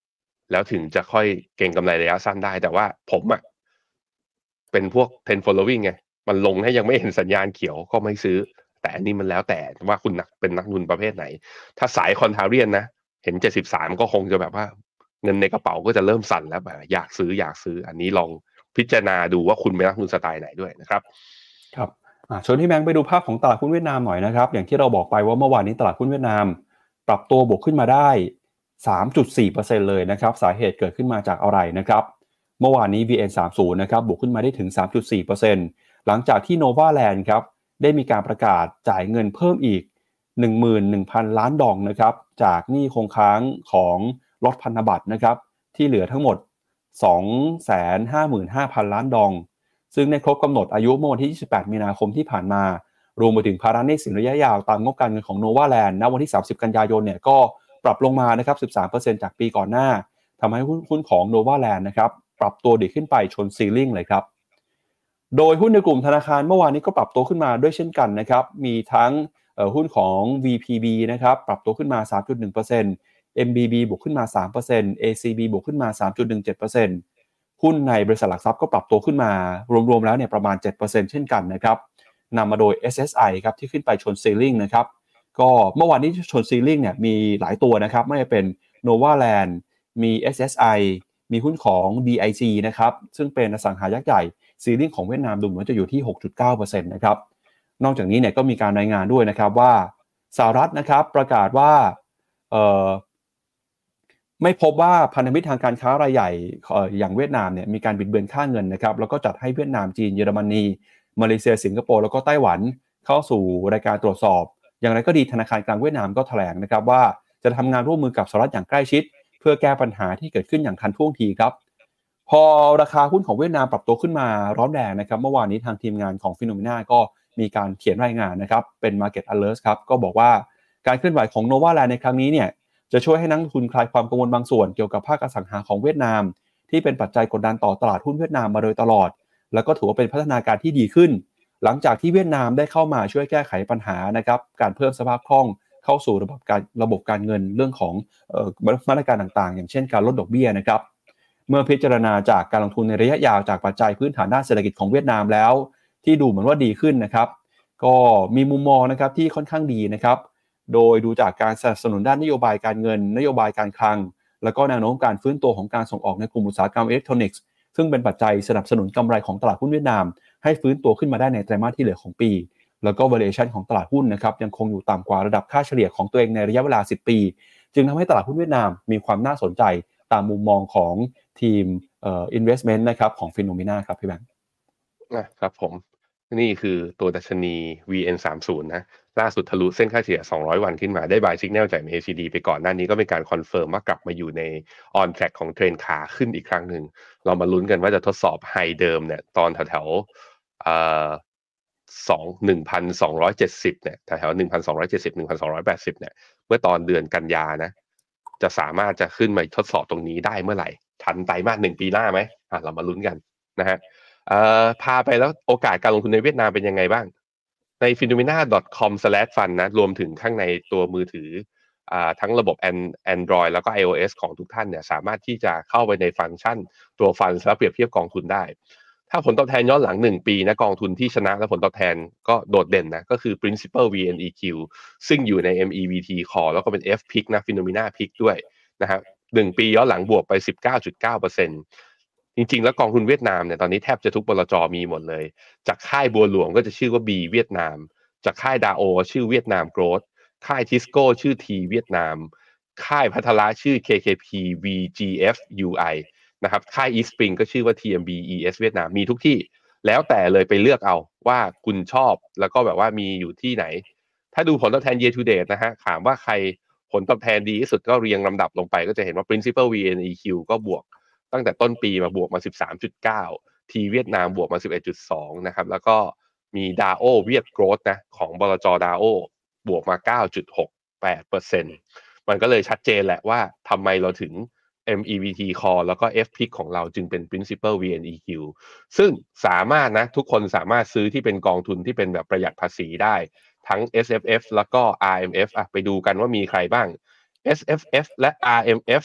S3: แล้วถึงจะค่อยเก็งกำไรระยะสั้นได้แต่ว่าผมอ่ะเป็นพวก trend following ไงมันลงให้ยังไม่เห็นสัญญาณเขียวก็ไม่ซื้อแต่อันนี้มันแล้วแต่ว่าคุณนักเป็นนักลงทุนประเภทไหนถ้าสายคอนทราเรียนนะเห็นเจ็ดสิบสามก็คงจะแบบว่าเงินในกระเป๋าก็จะเริ่มสั่นแล้วแบบอยากซื้ออยากซื้ออันนี้ลองพิจารณาดูว่าคุณเป็นนักลงทุนสไตล์ไหนด้วยนะครับ
S2: ครับอ่าชวนที่แบงค์ไปดูภาพของตลาดหุ้นเวียดนามหน่อยนะครับอย่างที่เราบอกไปว่าเมื่อวานนี้ตลาดหุ้นเวียดนามปรับตัวบวกขึ้นมาได้ สามจุดสี่เปอร์เซ็นต์ เลยนะครับสาเหตุเกิดขึ้นมาจากอะไรนะครับเมื่อวานนี้ วี เอ็น สามสิบ นะครับบวกขึ้นมาได้ถึง สามจุดสี่เปอร์เซ็นต์ หลังจากที่ Novaland ครับได้มีการประกาศจ่ายเงินเพิ่มอีก หนึ่งหมื่นหนึ่งพัน ล้านดองนะครับจากหนี้คงค้างของล็อตพันธบัตรนะครับที่เหลือทั้งหมด สองแสนห้าหมื่นห้าพัน ล้านดองซึ่งในครบกำหนดอายุเมื่อวันที่ยี่สิบแปดมีนาคมที่ผ่านมารวมไปถึงภาระหนี้สินระยะยาวตามงบการเงินของ Novaland ณวันที่สามสิบกันยายนเนี่ยก็ปรับลงมานะครับ สิบสามเปอร์เซ็นต์ จากปีก่อนหน้าทำให้หุ้นของ Novaland นะครับปรับตัวดีขึ้นไปชนซีลิ่งเลยครับโดยหุ้นในกลุ่มธนาคารเมื่อวานนี้ก็ปรับตัวขึ้นมาด้วยเช่นกันนะครับมีทั้งหุ้นของ วี พี บี นะครับปรับตัวขึ้นมา สามจุดหนึ่งเปอร์เซ็นต์ เอ็ม บี บี บวกขึ้นมา สามเปอร์เซ็นต์ เอ ซี บี บวกขึ้นมา สามจุดหนึ่งเจ็ดเปอร์เซ็นต์ หุ้นในบริษัทหลักทรัพย์ก็ปรับตัวขึ้นมารวมๆแล้วเนี่ยประมาณ เจ็ดเปอร์เซ็นต์ เช่นกันนะครับนำมาโดย เอส เอส ไอ ครับที่ขึ้นไปชนซีลิ่งนะครับก็เมื่อวานนี้ชนซีลิ่งเนี่ยมีหลายตัวนะครับไม่ว่าเป็น Novaland มี เอส เอส ไอ มีหุ้นของ ดี ไอ ซี นะครับซึ่งเป็นอสังหายักษ์ใหญ่ซีลิ่งของเวียดนามดูเหมือนจะอยู่ที่ หกจุดเก้าเปอร์เซ็นต์ นะครับนอกจากนี้เนี่ยก็มีการรายงานด้วยนะครับว่าสหรัฐนะครับประกาศว่าเอ่อไม่พบว่าพันธมิตรทางการค้ารายใหญ่อย่างเวียดนามเนี่ยมีการบิดเบือนค่าเงินนะครับแล้วก็จัดให้เวียดนามจีนเยอรมนีมาเลเซียสิงคโปร์แล้วก็ไต้หวันเข้าสู่รายการตรวจสอบอย่างไรก็ดีธนาคารกลางเวียดนามก็แถลงนะครับว่าจะทำงานร่วมมือกับสหรัฐอย่างใกล้ชิดเพื่อแก้ปัญหาที่เกิดขึ้นอย่างทันท่วงทีครับพอราคาหุ้นของเวียดนามปรับตัวขึ้นมาร้อนแรงนะครับเมื่อวานนี้ทางทีมงานของ Phenomena ก็มีการเขียนรายงานนะครับเป็น Market Alert ครับก็บอกว่าการเคลื่อนไหวของ Novaland ในครั้งนี้เนี่ยจะช่วยให้นักลงทุนคลายความกังวลบางส่วนเกี่ยวกับภาคอสังหาของเวียดนามที่เป็นปัจจัยกดดันต่อตลาดหุ้นเวียดนามมาโดยตลอดแล้วก็ถือว่าเป็นพัฒนาการที่ดีขึ้นหลังจากที่เวียดนามได้เข้ามาช่วยแก้ไขปัญหานะครับการเพิ่มสภาพคล่องเข้าสู่ระบบการระบบการเงินเรื่องของเอ่อมาตรการต่างๆอย่างเช่นการลดดอกเบี้ยนะครับเมื่อพิจารณาจากการลงทุนในระยะยาวจากปัจจัยพื้นฐานด้านเศรษฐกิจของเวียดนามแล้วที่ดูเหมือนว่าดีขึ้นนะครับก็มีมุมมองนะครับที่ค่อนข้างดีนะครับโดยดูจากการสนับสนุนด้านนโยบายการเงินนโยบายการคลังแล้วก็แนวโน้มการฟื้นตัวของการส่งออกในกลุ่มอุตสาหกรรมอิเล็กทรอนิกส์ซึ่งเป็นปัจจัยสนับสนุนกำไรของตลาดหุ้นเวียดนามให้ฟื้นตัวขึ้นมาได้ในไตรมาสที่เหลือของปีแล้วก็ valuation ของตลาดหุ้นนะครับยังคงอยู่ต่ำกว่าระดับค่าเฉลี่ยของตัวเองในระยะเวลาสิบปีจึงทำให้ตลาดหุ้นเวียดนามมีความน่าสนใจตามมุมมองของทีมเอ่อ investment นะครับของ Phenomena ครับพี่แบงค์
S3: นะครับผมนี่คือตัวดัชนี วี เอ็น สามสิบ นะล่าสุดทะลุเส้นค่าเฉลี่ยสองร้อยวันขึ้นมาได้ buy signal จาก เอ ซี ดี ไปก่อนหน้านี้ก็เป็นการคอนเฟิร์มว่ากลับมาอยู่ใน on track ของเทรนขาขึ้นอีกครั้งหนึ่งเรามาลุ้นกันว่าจะทดสอบไฮเดิมเนี่ยตอนแถวๆเอ่อสอง หนึ่งพันสองร้อยเจ็ดสิบเนี่ยแถวๆหนึ่งพันสองร้อยเจ็ดสิบ หนึ่งพันสองร้อยแปดสิบเนี่ยเมื่อตอนเดือนกันยานะจะสามารถจะขึ้นมาทดสอบตรงนี้ได้เมื่อไหร่ทันไตรมาสหนึ่งปีหน้าไหมอ่ะเรามาลุ้นกันนะฮะเอ่อพาไปแล้วโอกาสการลงทุนในเวียดนามเป็นยังไงบ้างใน ฟีโนเมนา ดอท คอม สแลช ฟัน นะรวมถึงข้างในตัวมือถืออ่าทั้งระบบ Android แล้วก็ iOS ของทุกท่านเนี่ยสามารถที่จะเข้าไปในฟังก์ชันตัวฟันแล้วเปรียบเทียบกองทุนได้ถ้าผลตอบแทนย้อนหลังหนึ่งปีนะกองทุนที่ชนะและผลตอบแทนก็โดดเด่นนะก็คือ Principal วี เอ็น อี คิว ซึ่งอยู่ใน เอ็ม อี วี ที Core แล้วก็เป็น F Pick นะ Phenomena Pick ด้วยนะครับหนึ่งปีย้อนหลังบวกไป สิบเก้าจุดเก้าเปอร์เซ็นต์ จริงๆแล้วกองทุนเวียดนามเนี่ยตอนนี้แทบจะทุกบลจ.มีหมดเลยจากค่ายบัวหลวงก็จะชื่อว่า B เวียดนามจากค่ายดาโอชื่อเวียดนามโกรทค่ายทิสโก้ชื่อ T เวียดนามค่ายพัทละชื่อ เค เค พี วี จี เอฟ ยู ไอ นะครับค่าย East Spring ก็ชื่อว่า ที เอ็ม บี อี เอส เวียดนามมีทุกที่แล้วแต่เลยไปเลือกเอาว่าคุณชอบแล้วก็แบบว่ามีอยู่ที่ไหนถ้าดูผลตอบแทน year to date นะฮะถามว่าใครผลตอบแทนดีที่สุดก็เรียงลำดับลงไปก็จะเห็นว่า Principal วี เอ็น อี คิว ก็บวกตั้งแต่ต้นปีมาบวกมา สิบสามจุดเก้า ทีเวียดนามบวกมา สิบเอ็ดจุดสอง นะครับแล้วก็มีดาโอเวียดโกรทนะของบลจ.ดาโอบวกมา เก้าจุดหกแปดเปอร์เซ็นต์ มันก็เลยชัดเจนแหละว่าทำไมเราถึง เอ็ม อี วี ที Core แล้วก็ F Pick ของเราจึงเป็น Principal วี เอ็น อี คิว ซึ่งสามารถนะทุกคนสามารถซื้อที่เป็นกองทุนที่เป็นแบบประหยัดภาษีได้ทั้ง เอส เอฟ เอฟ แล้วก็ อาร์ เอ็ม เอฟ อ่ะไปดูกันว่ามีใครบ้าง เอส เอฟ เอฟ และ อาร์ เอ็ม เอฟ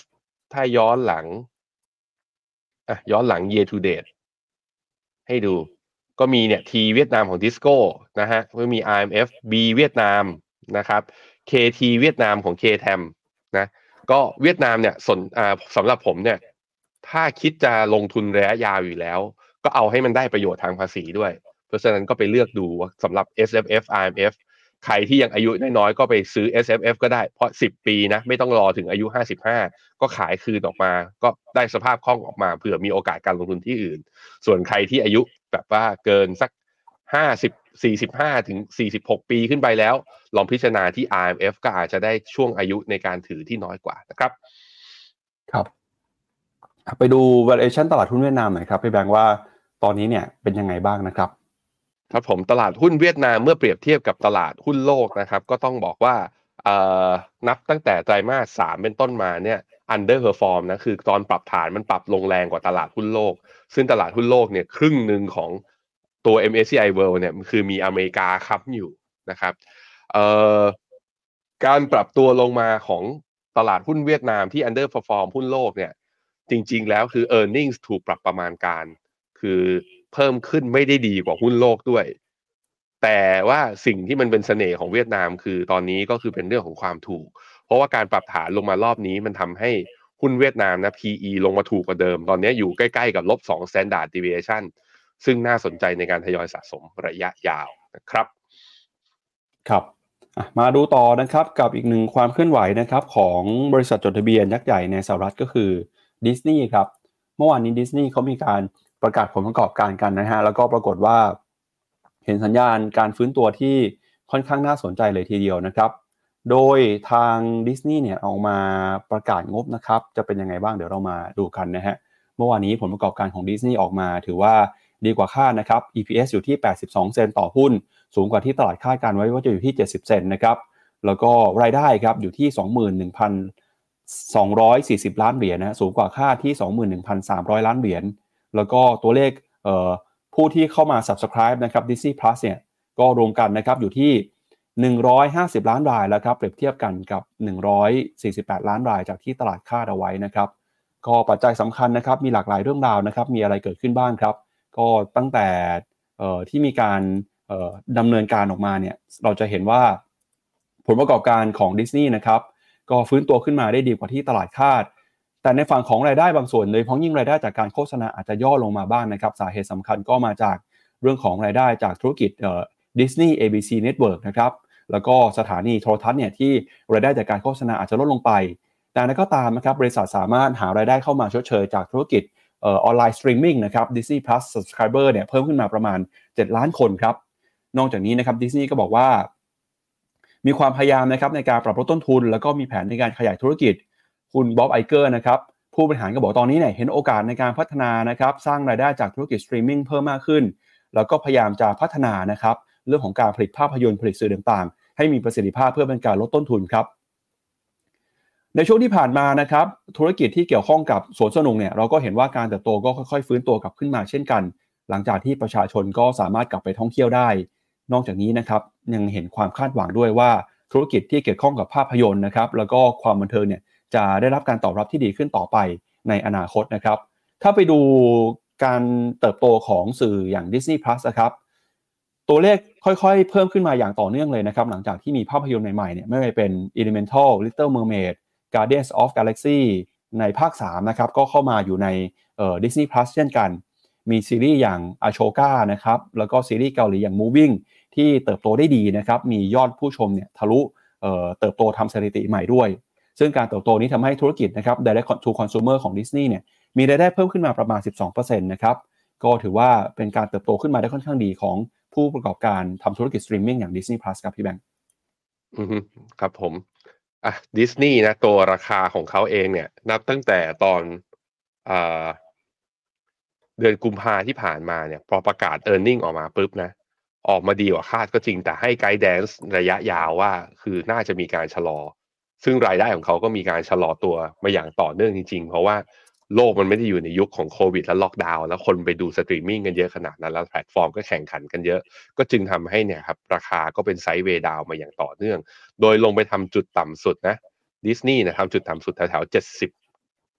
S3: ถ้าย้อนหลังอ่ะย้อนหลัง year to date ให้ดูก็มีเนี่ย T เวียดนามของ Tisco นะฮะก็มี อาร์ เอ็ม เอฟ B เวียดนามนะครับ เค ที เวียดนามของ K-Tem นะก็เวียดนามเนี่ยสนอ่าสำหรับผมเนี่ยถ้าคิดจะลงทุนระยะยาวอยู่แล้วก็เอาให้มันได้ประโยชน์ทางภาษีด้วยเพราะฉะนั้นก็ไปเลือกดูว่าสำหรับ เอส เอฟ เอฟ อาร์ เอ็ม เอฟ ใครที่ยังอายุน้อยๆก็ไปซื้อ เอส เอฟ เอฟ ก็ได้เพราะสิบปีนะไม่ต้องรอถึงอายุห้าสิบห้าก็ขายคืนออกมาก็ได้สภาพคล่องออกมาเผื่อมีโอกาสการลงทุนที่อื่นส่วนใครที่อายุแบบว่าเกินสักห้าสิบ สี่สิบห้าถึงสี่สิบหกปีขึ้นไปแล้วลองพิจารณาที่ อาร์ เอ็ม เอฟ ก็อาจจะได้ช่วงอายุในการถือที่น้อยกว่านะครับ
S2: ครับไปดู valuation ตลาดหุ้นเวียดนามหน่อยครับพี่แบงค์ว่าตอนนี้เนี่ยเป็นยังไงบ้างนะครับ
S3: ครับผมตลาดหุ้นเวียดนามเมื่อเปรียบเทียบกับตลาดหุ้นโลกนะครับก็ต้องบอกว่าเอ่อนับตั้งแต่ไตรมาสสามเป็นต้นมาเนี่ย underperform นะคือตอนปรับฐานมันปรับลงแรงกว่าตลาดหุ้นโลกซึ่งตลาดหุ้นโลกเนี่ยครึ่งหนึ่งของตัว เอ็ม เอส ซี ไอ World เนี่ยคือมีอเมริกาค้ำอยู่นะครับเอ่อการปรับตัวลงมาของตลาดหุ้นเวียดนามที่ underperform หุ้นโลกเนี่ยจริงๆแล้วคือ earnings ถูกปรับประมาณการคือเพิ่มขึ้นไม่ได้ดีกว่าหุ้นโลกด้วยแต่ว่าสิ่งที่มันเป็นเสน่ห์ของเวียดนามคือตอนนี้ก็คือเป็นเรื่องของความถูกเพราะว่าการปรับฐานลงมารอบนี้มันทำให้หุ้นเวียดนามนะ พี อี ลงมาถูกกว่าเดิมตอนนี้อยู่ใกล้ๆกับลบสอง standard deviation ซึ่งน่าสนใจในการทยอยสะสมระยะยาวนะครับ
S2: ครับมาดูต่อนะครับกับอีกหนึ่งความเคลื่อนไหวนะครับของบริษัทจดทะเบียนยักษ์ใหญ่ในสหรัฐก็คือดิสนีย์ครับเมื่อวานนี้ดิสนีย์เขามีการประกาศผลประกอบการกันนะฮะแล้วก็ปรากฏว่าเห็นสัญญาณการฟื้นตัวที่ค่อนข้างน่าสนใจเลยทีเดียวนะครับโดยทางดิสนีย์เนี่ยออกมาประกาศงบนะครับจะเป็นยังไงบ้างเดี๋ยวเรามาดูกันนะฮะเมื่อวานนี้ผลประกอบการของดิสนีย์ออกมาถือว่าดีกว่าคาดนะครับ อี พี เอส อยู่ที่แปดสิบสองเซนต์ต่อหุ้นสูงกว่าที่ตลาดคาดการไว้ว่าจะอยู่ที่เจ็ดสิบเซนต์นะครับแล้วก็รายได้ครับอยู่ที่ สองหมื่นหนึ่งพันสองร้อยสี่สิบ ล้านเหรียญนะสูงกว่าคาดที่ สองหมื่นหนึ่งพันสามร้อย ล้านเหรียญแล้วก็ตัวเลขเอ่อผู้ที่เข้ามา Subscribe นะครับ Disney Plus เนี่ยก็รวมกันนะครับอยู่ที่หนึ่งร้อยห้าสิบล้านรายแล้วครับเปรียบเทียบกันกับหนึ่งร้อยสี่สิบแปดล้านรายจากที่ตลาดคาดเอาไว้นะครับก็ปัจจัยสำคัญนะครับมีหลากหลายเรื่องราวนะครับมีอะไรเกิดขึ้นบ้างครับก็ตั้งแต่เอ่อที่มีการเอ่อดำเนินการออกมาเนี่ยเราจะเห็นว่าผลประกอบการของดิสนีย์นะครับก็ฟื้นตัวขึ้นมาได้ดีกว่าที่ตลาดคาดแต่ในฝั่งของรายได้บางส่วนโดยเฉพาะยิ่งรายได้จากการโฆษณาอาจจะย่อลงมาบ้าง นะครับสาเหตุสำคัญก็มาจากเรื่องของรายได้จากธุรกิจเอ่อ Disney เอ บี ซี Network นะครับแล้วก็สถานีโทรทัศน์เนี่ยที่รายได้จากการโฆษณาอาจจะลดลงไปแต่นั้นก็ตามนะครับบริษัทสามารถหารายได้เข้ามาชดเชยจากธุรกิจเอ่อออนไลน์สตรีมมิ่งนะครับ Disney Plus Subscriber เนี่ยเพิ่มขึ้นมาประมาณเจ็ดล้านคนครับนอกจากนี้นะครับ Disney ก็บอกว่ามีความพยายามนะครับในการปรับลดต้นทุนแล้วก็มีแผนในการขยายธุรกิจคุณบ๊อบไอเกอร์นะครับผู้บริหารก็บอกตอนนี้เนี่ยเห็นโอกาสในการพัฒนานะครับสร้างรายได้จากธุรกิจสตรีมมิ่งเพิ่มมากขึ้นแล้วก็พยายามจะพัฒนานะครับเรื่องของการผลิตภาพยนตร์ผลิตสื่อต่างๆให้มีประสิทธิภาพเพื่อเป็นการลดต้นทุนครับในช่วงที่ผ่านมานะครับธุรกิจที่เกี่ยวข้องกับสวนสนุกเนี่ยเราก็เห็นว่าการเติบโตก็ค่อยๆฟื้นตัวกลับขึ้นมาเช่นกันหลังจากที่ประชาชนก็สามารถกลับไปท่องเที่ยวได้นอกจากนี้นะครับยังเห็นความคาดหวังด้วยว่าธุรกิจที่เกี่ยวข้องกับภาพยนตร์นะครับแล้วก็ความบันเทิงเนี่ยจะได้รับการตอบรับที่ดีขึ้นต่อไปในอนาคตนะครับถ้าไปดูการเติบโตของสื่ออย่าง Disney Plus นะครับตัวเลขค่อยๆเพิ่มขึ้นมาอย่างต่อเนื่องเลยนะครับหลังจากที่มีภาพยนตร์ใหม่ๆเนี่ยไม่ว่าเป็น Elemental Little Mermaid Guardians of Galaxy ในภาคสามนะครับก็เข้ามาอยู่ในเอ่อ Disney Plus เช่นกันมีซีรีส์อย่าง Ashoka นะครับแล้วก็ซีรีส์เกาหลีอย่าง Moving ที่เติบโตได้ดีนะครับมียอดผู้ชมเนี่ยทะลุเอ่อเติบโตทำสถิติใหม่ด้วยซึ่งการเติบโตนี้ทำให้ธุรกิจนะครับ Direct to Consumer ของ Disney เนี่ยมีรายได้เพิ่มขึ้นมาประมาณ สิบสองเปอร์เซ็นต์ นะครับก็ถือว่าเป็นการเติบโตขึ้นมาได้ค่อนข้างดีของผู้ประกอบการทำธุรกิจสตรีมมิ่งอย่าง Disney Plus ครับพี่แบงค์
S3: อือฮึครับผมอ่ะดิสนีย์นะตัวราคาของเขาเองเนี่ยนับตั้งแต่ตอนอ่าเดือนกุมภาที่ผ่านมาเนี่ยพอประกาศ earning ออกมาปุ๊บนะออกมาดีกว่าคาดก็จริงแต่ให้ไกด์แดนซ์ระยะยาวว่าคือน่าจะมีการชะลอซึ่งรายได้ของเขาก็มีการชะลอตัวมาอย่างต่อเนื่องจริงๆเพราะว่าโลกมันไม่ได้อยู่ในยุคของโควิดและล็อกดาวน์แล้วคนไปดูสตรีมมิ่งกันเยอะขนาดนั้นแล้วแพลตฟอร์มก็แข่งขันกันเยอะก็จึงทำให้เนี่ยครับราคาก็เป็นไซด์เวย์ดาวมาอย่างต่อเนื่องโดยลงไปทำจุดต่ำสุดนะดิสนีย์นะทำจุดต่ำสุดแถวๆเจ็ดสิบ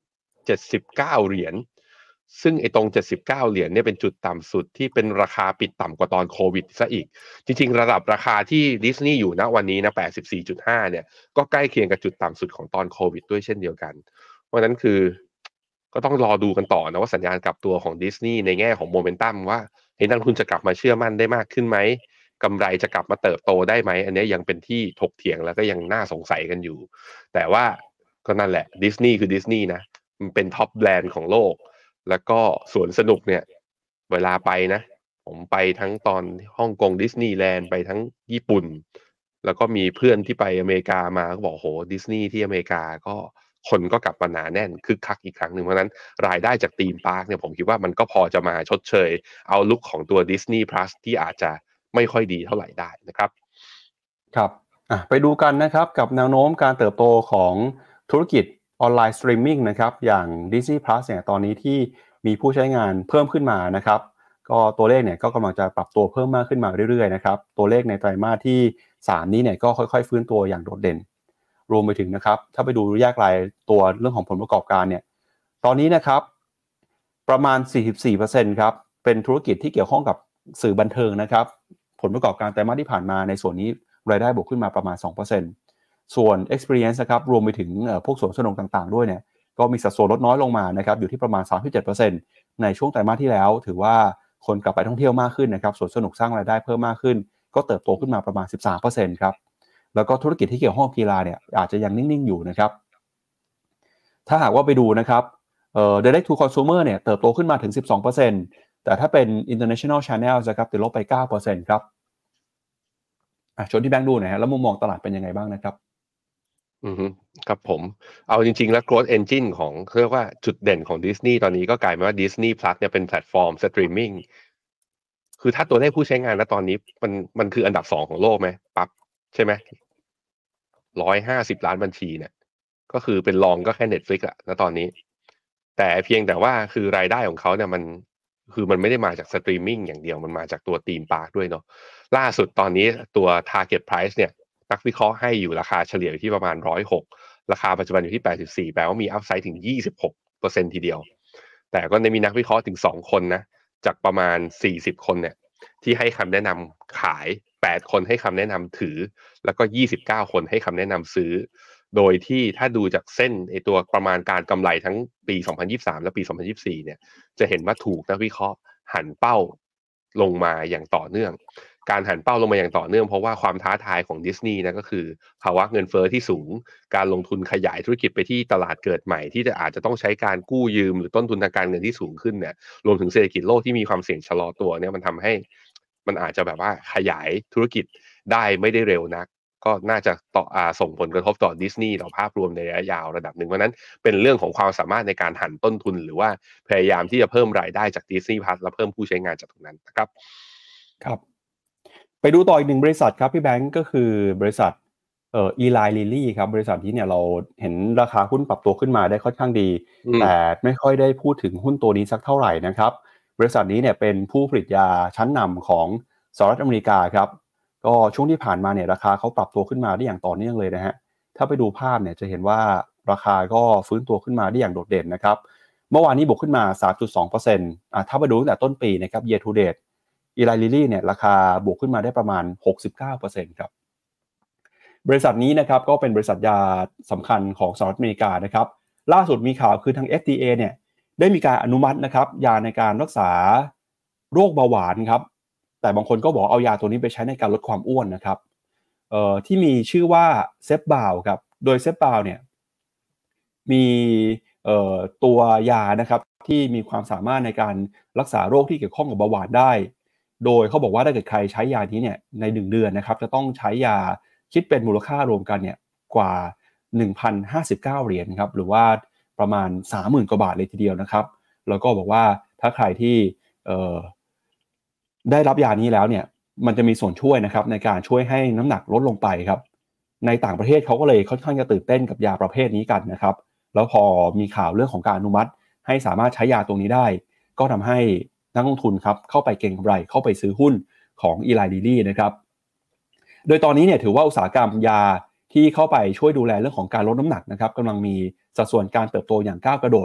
S3: เจ็ดสิบเก้าเหรียญซึ่งไอ้ตรงเจ็ดสิบเก้าเหรียญเนี่ยเป็นจุดต่ำสุดที่เป็นราคาปิดต่ำกว่าตอนโควิดซะอีกจริงๆระดับราคาที่ดิสนีย์อยู่ณวันนี้นะ แปดสิบสี่จุดห้า เนี่ยก็ใกล้เคียงกับจุดต่ำสุดของตอนโควิดด้วยเช่นเดียวกันเพราะนั้นคือก็ต้องรอดูกันต่อนะว่าสัญญาณกลับตัวของดิสนีย์ในแง่ของโมเมนตัมว่าเห็นนักลงทุนจะกลับมาเชื่อมั่นได้มากขึ้นไหมกำไรจะกลับมาเติบโตได้ไหมอันนี้ยังเป็นที่ถกเถียงแล้วก็ยังน่าสงสัยกันอยู่แต่ว่าก็นั่นแหละดิสนีย์คือดิสนีย์นะมันเป็นท็อปแบรนด์ของโลกแล้วก็สวนสนุกเนี่ยเวลาไปนะผมไปทั้งตอนฮ่องกงดิสนีย์แลนด์ไปทั้งญี่ปุ่นแล้วก็มีเพื่อนที่ไปอเมริกามาก็บอกโหดิสนีย์ที่อเมริกาก็คนก็กลับมาหนาแน่นคึกคักอีกครั้งหนึ่งเพราะนั้นรายได้จากธีมพาร์คเนี่ยผมคิดว่ามันก็พอจะมาชดเชยเอาลุคของตัว Disney Plus ที่อาจจะไม่ค่อยดีเท่าไหร่ได้นะครับ
S2: ครับอ่ะไปดูกันนะครับกับแนวโน้มการเติบโตของธุรกิจออนไลน์สตรีมมิ่งนะครับอย่าง Disney Plus เนี่ยตอนนี้ที่มีผู้ใช้งานเพิ่มขึ้นมานะครับก็ตัวเลขเนี่ยก็กำลังจะปรับตัวเพิ่มมากขึ้นมาเรื่อยๆนะครับตัวเลขในไตรมาสที่สามนี้เนี่ยก็ค่อยๆฟื้นตัวอย่างโดดเด่นรวมไปถึงนะครับถ้าไปดูแยกรายตัวเรื่องของผลประกอบการเนี่ยตอนนี้นะครับประมาณ สี่สิบสี่เปอร์เซ็นต์ ครับเป็นธุรกิจที่เกี่ยวข้องกับสื่อบันเทิงนะครับผลประกอบการไตรมาสที่ผ่านมาในส่วนนี้รายได้บวกขึ้นมาประมาณ สองเปอร์เซ็นต์ ส่วน experience นะครับรวมไปถึงพวกสวนสนุกต่างๆด้วยเนี่ยก็มีสัดส่วนลดน้อยลงมานะครับอยู่ที่ประมาณ สามสิบเจ็ดเปอร์เซ็นต์ ในช่วงไตรมาสที่แล้วถือว่าคนกลับไปท่องเที่ยวมากขึ้นนะครับสวนสนุกสร้างรายได้เพิ่มมากขึ้นก็เติบโตขึ้นมาประมาณ สิบสามเปอร์เซ็นต์ ครับแล้วก็ธุรกิจที่เกี่ยวข้องกับกีฬาเนี่ยอาจจะยังนิ่งๆอยู่นะครับถ้าหากว่าไปดูนะครับเอ่อ direct to consumer เนี่ยเติบโตขึ้นมาถึง สิบสองเปอร์เซ็นต์ แต่ถ้าเป็น international channel นะครับติดลบไป เก้าเปอร์เซ็นต์ ครับอ่ะชวนที่แบงค์ดูหน่อยฮะแล้วมุมมองตลาดเป็นยังไงบ้างนะครับ
S3: อือฮึครับผมเอาจริงๆแล้ว growth engine ของเรียกว่าจุดเด่นของ Disney ตอนนี้ก็กลายเป็นว่า Disney Plus เนี่ยเป็นแพลตฟอร์มสตรีมมิ่งคือถ้าตัวเลขผู้ใช้งานณตอนนี้มันมันคืออันดับสองของโลกไหมปั๊บใช่ไหมหนึ่งร้อยห้าสิบล้านบัญชีเนี่ยก็คือเป็นรองก็แค่ Netflix อะณตอนนี้แต่เพียงแต่ว่าคือรายได้ของเขาเนี่ยมันคือมันไม่ได้มาจากสตรีมมิ่งอย่างเดียวมันมาจากตัวธีมพาร์คด้วยเนาะล่าสุดตอนนี้ตัว target price เนี่ยนักวิเคราะห์ให้อยู่ราคาเฉลี่ยอยู่ที่ประมาณหนึ่งร้อยหกราคาปัจจุบันอยู่ที่แปดสิบสี่แปลว่ามีอัพไซด์ถึง ยี่สิบหกเปอร์เซ็นต์ ทีเดียวแต่ก็มีนักวิเคราะห์ถึงสองคนนะจากประมาณสี่สิบคนเนี่ยที่ให้คำแนะนำขายแปดคนให้คำแนะนำถือแล้วก็ยี่สิบเก้าคนให้คำแนะนำซื้อโดยที่ถ้าดูจากเส้นไอตัวประมาณการกำไรทั้งปีสองพันยี่สิบสามและปีสองพันยี่สิบสี่เนี่ยจะเห็นว่าถูกนักวิเคราะห์หันเป้าลงมาอย่างต่อเนื่องการหันเป้าลงมาอย่างต่อเนื่องเพราะว่าความท้าทายของดิสนีย์นะก็คือภาวะเงินเฟ้อที่สูงการลงทุนขยายธุรกิจไปที่ตลาดเกิดใหม่ที่จะอาจจะต้องใช้การกู้ยืมหรือต้นทุนทางการเงินที่สูงขึ้นเนี่ยรวมถึงเศรษฐกิจโลกที่มีความเสี่ยงชะลอตัวเนี่ยมันทำให้มันอาจจะแบบว่าขยายธุรกิจได้ไม่ได้เร็วนักก็น่าจะต่ออ่าส่งผลกระทบต่อดิสนีย์ต่อภาพรวมในระยะยาวระดับหนึ่งเพราะนั้นเป็นเรื่องของความสามารถในการหันต้นทุนหรือว่าพยายามที่จะเพิ่มรายได้จาก Disney Plus และเพิ่มผู้ใช้งานจากตรงนั้นนะครับ
S2: ครับไปดูต่ออีกหนึ่งบริษัทครับพี่แบงก์ก็คือบริษัทเอ่อ Eli Lilly ครับบริษัทนี้เนี่ยเราเห็นราคาหุ้นปรับตัวขึ้นมาได้ค่อนข้างดีแต่ไม่ค่อยได้พูดถึงหุ้นตัวนี้สักเท่าไหร่นะครับบริษัทนี้เนี่ยเป็นผู้ผลิตยาชั้นนำของสหรัฐอเมริกาครับก็ช่วงที่ผ่านมาเนี่ยราคาเขาปรับตัวขึ้นมาได้อย่างต่อเนื่องเลยนะฮะถ้าไปดูภาพเนี่ยจะเห็นว่าราคาก็ฟื้นตัวขึ้นมาได้อย่างโดดเด่นนะครับเมื่อวานนี้บวกขึ้นมา สามจุดสองเปอร์เซ็นต์ อ่ะถ้าไปดูตั้งแต่ต้นปีนะครับ year to date Eli Lilly เนี่ยราคาบวกขึ้นมาได้ประมาณ หกสิบเก้าเปอร์เซ็นต์ ครับบริษัทนี้นะครับก็เป็นบริษัทยาสำคัญของสหรัฐอเมริกานะครับล่าสุดมีข่าวคือทาง เอฟ ดี เอ เนี่ยได้มีการอนุมัตินะครับยาในการรักษาโรคเบาหวานครับแต่บางคนก็บอกเอายาตัวนี้ไปใช้ในการลดความอ้วนนะครับเอ่อที่มีชื่อว่าเซฟบาวครับโดยเซฟบาวเนี่ยมีเอ่อตัวยานะครับที่มีความสามารถในการรักษาโรคที่เกี่ยวข้องกับเบาหวานได้โดยเขาบอกว่าถ้าเกิดใครใช้ยานี้เนี่ยในหนึ่งเดือนนะครับจะต้องใช้ยาคิดเป็นมูลค่ารวมกันเนี่ยกว่า หนึ่งพันห้าสิบเก้า เหรียญครับหรือว่าประมาณ สามหมื่น กว่าบาทเลยทีเดียวนะครับแล้วก็บอกว่าถ้าใครที่เอ่อได้รับยานี้แล้วเนี่ยมันจะมีส่วนช่วยนะครับในการช่วยให้น้ำหนักลดลงไปครับในต่างประเทศเขาก็เลยค่อนข้างจะตื่นเต้นกับยาประเภทนี้กันนะครับแล้วพอมีข่าวเรื่องของการอนุมัติให้สามารถใช้ยาตรงนี้ได้ก็ทำให้นักลงทุนครับเข้าไปเก็งกำไรเข้าไปซื้อหุ้นของ Eli Lilly นะครับโดยตอนนี้เนี่ยถือว่าอุตสาหกรรมยาที่เข้าไปช่วยดูแลเรื่องของการลดน้ำหนักนะครับกำลังมีสัดส่วนการเติบโตอย่างก้าวกระโดด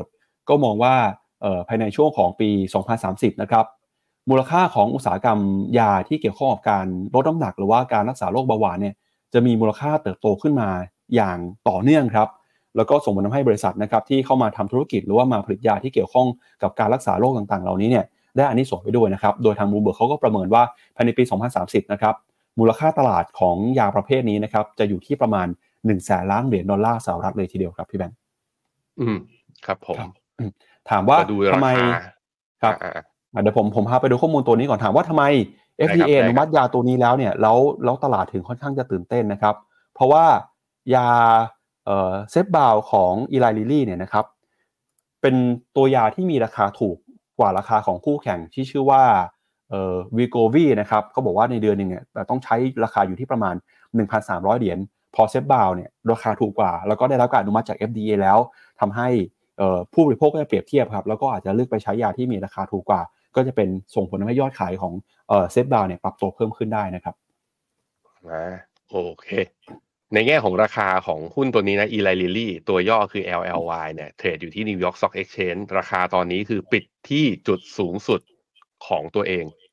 S2: ก็มองว่าเอ่อภายในช่วงของปีสองพันสามสิบนะครับมูลค่าของอุตสาหกรรมยาที่เกี่ยวข้องกับการลดน้ำหนักหรือว่าการรักษาโรคเบาหวานเนี่ยจะมีมูลค่าเติบโตขึ้นมาอย่างต่อเนื่องครับแล้วก็ส่งผลทำให้บริษัทนะครับที่เข้ามาทำธุรกิจหรือว่ามาผลิตยาที่เกี่ยวข้องกับการรักษาโรคต่างๆเหล่านี้เนี่ยได้อานิสงส์ไปด้วยนะครับโดยทาง Bloomberg เขาก็ประเมินว่าภายในปีสองพันสามสิบนะครับมูลค่าตลาดของยาประเภทนี้นะครับจะอยู่ที่ประมาณหนึ่งแสนล้านเหรียญดอลลาร์สหรัฐเลยทีเดียวครับพี่แบงค์
S3: อืมครับผม
S2: ถามว่าทำไมครับเดี๋ยวผมผมพาไปดูข้อมูลตัวนี้ก่อนถามว่าทำไม เอฟ ดี เอ อนุมัติยาตัวนี้แล้วเนี่ยแล้วแล้วตลาดถึงค่อนข้างจะตื่นเต้นนะครับเพราะว่ายาเอ่อเซฟบาวของอีไลลิลลี่เนี่ยนะครับเป็นตัวยาที่มีราคาถูกกว่าราคาของคู่แข่งที่ชื่อว่าเอ่อวีโกวีนะครับเขาบอกว่าในเดือนนึงเนี่ยต้องใช้ราคาอยู่ที่ประมาณ หนึ่งพันสามร้อย เหรียญพอเซฟบาวเนี่ยราคาถูกกว่าแล้วก็ได้รับการอนุมัติจาก เอฟ ดี เอ แล้วทำให้ผู้บริโภคก็จะเปรียบเทียบครับแล้วก็อาจจะเลือกไปใช้ยาที่มีราคาถูกกว่าก็จะเป็นส่งผลทำให้ยอดขายของเซฟบาวเนี่ยปรับตัวเพิ่มขึ้นได้นะครับ
S3: อ่าโอเคในแง่ของราคาของหุ้นตัวนี้นะ Eli Lilly ตัวย่อคือ แอล แอล วาย เนี่ยเทรดอยู่ที่ New York Stock Exchange ราคาตอนนี้คือปิดที่จุดสูงสุดของตัวเอง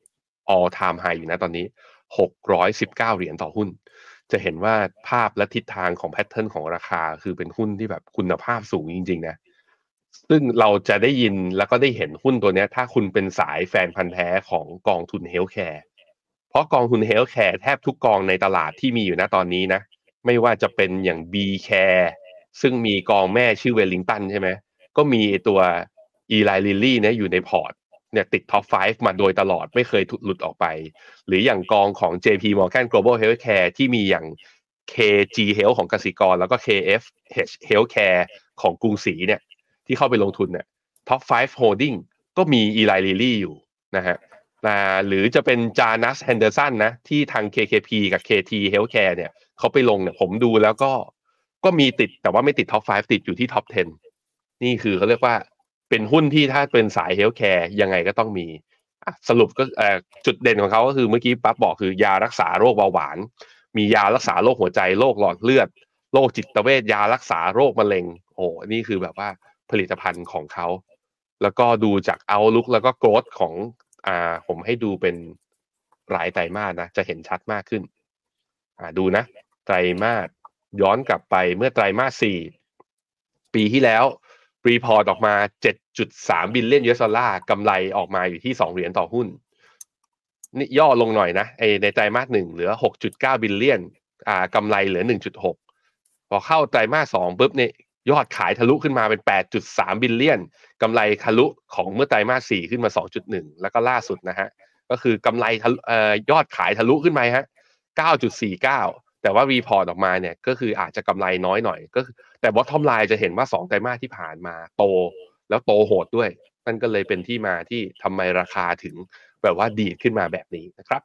S3: all time high อยู่นะตอนนี้หกร้อยสิบเก้าเหรียญต่อหุ้นจะเห็นว่าภาพและทิศทางของแพทเทิร์นของราคาคือเป็นหุ้นที่แบบคุณภาพสูงจริงๆนะซึ่งเราจะได้ยินแล้วก็ได้เห็นหุ้นตัวนี้ถ้าคุณเป็นสายแฟนพันธุ์แท้ของกองทุนเฮลท์แคร์เพราะกองทุนเฮลท์แคร์แทบทุกกองในตลาดที่มีอยู่ณตอนนี้นะไม่ว่าจะเป็นอย่าง B Care ซึ่งมีกองแม่ชื่อเวลลิงตันใช่ไหมก็มีตัว Eli Lilly เนี่ยอยู่ในพอร์ตเนี่ยติดท็อปห้ามาโดยตลอดไม่เคยหลุดออกไปหรืออย่างกองของ เจ พี Morgan Global Healthcare ที่มีอย่าง เค จี Health ของกสิกรแล้วก็ เค เอฟ เอช Healthcare ของกรุงศรีเนี่ยที่เข้าไปลงทุนเนี่ย Top ห้า Holding ก็มี Eli Lilly อยู่นะฮะหรือจะเป็น Janus Henderson นะที่ทาง เค เค พี กับ เค ที Healthcare เนี่ยเขาไปลงเนี่ยผมดูแล้วก็ก็มีติดแต่ว่าไม่ติด Top ห้าติดอยู่ที่ Top สิบนี่คือเขาเรียกว่าเป็นหุ้นที่ถ้าเป็นสาย Healthcare ยังไงก็ต้องมีสรุปก็จุดเด่นของเขาก็คือเมื่อกี้ปั๊บบอกคือยารักษาโรคเบาหวานมียารักษาโรคหัวใจโรคหลอดเลือดโรคจิตเวชยารักษาโรคมะเร็งโอ้นี่คือแบบว่าผลิตภัณฑ์ของเขาแล้วก็ดูจาก Outlook แล้วก็ Growth ของอ่าผมให้ดูเป็นรายไตรมาสนะจะเห็นชัดมากขึ้นอ่าดูนะไตรมาสย้อนกลับไปเมื่อไตรมาสสี่ปีที่แล้วรีพอร์ตออกมา เจ็ดจุดสาม บิลเลียน ยู เอส ดอลลาร์กำไรออกมาอยู่ที่สองเหรียญต่อหุ้นนี่ย่อลงหน่อยนะไอในไตรมาสหนึ่งเหลือ หกจุดเก้า บิลเลียนอ่ากำไรเหลือ หนึ่งจุดหก พอเข้าไตรมาสสองปุ๊บเนี่ยยอดขายทะลุขึ้นมาเป็น แปดจุดสาม บิลเลียนกำไรทะลุของเมื่อไตรมาสสี่ขึ้นมา สองจุดหนึ่ง แล้วก็ล่าสุดนะฮะก็คือกำไรเอ่อยอดขายทะลุขึ้นมาฮะ เก้าจุดสี่เก้า แต่ว่ารีพอร์ตออกมาเนี่ยก็คืออาจจะกำไรน้อยหน่อยก็แต่ bottom line จะเห็นว่าสองไตรมาสที่ผ่านมาโตแล้วโตโหดด้วยนั่นก็เลยเป็นที่มาที่ทำไมราคาถึงแบบว่าดีดขึ้นมาแบบนี้นะครับ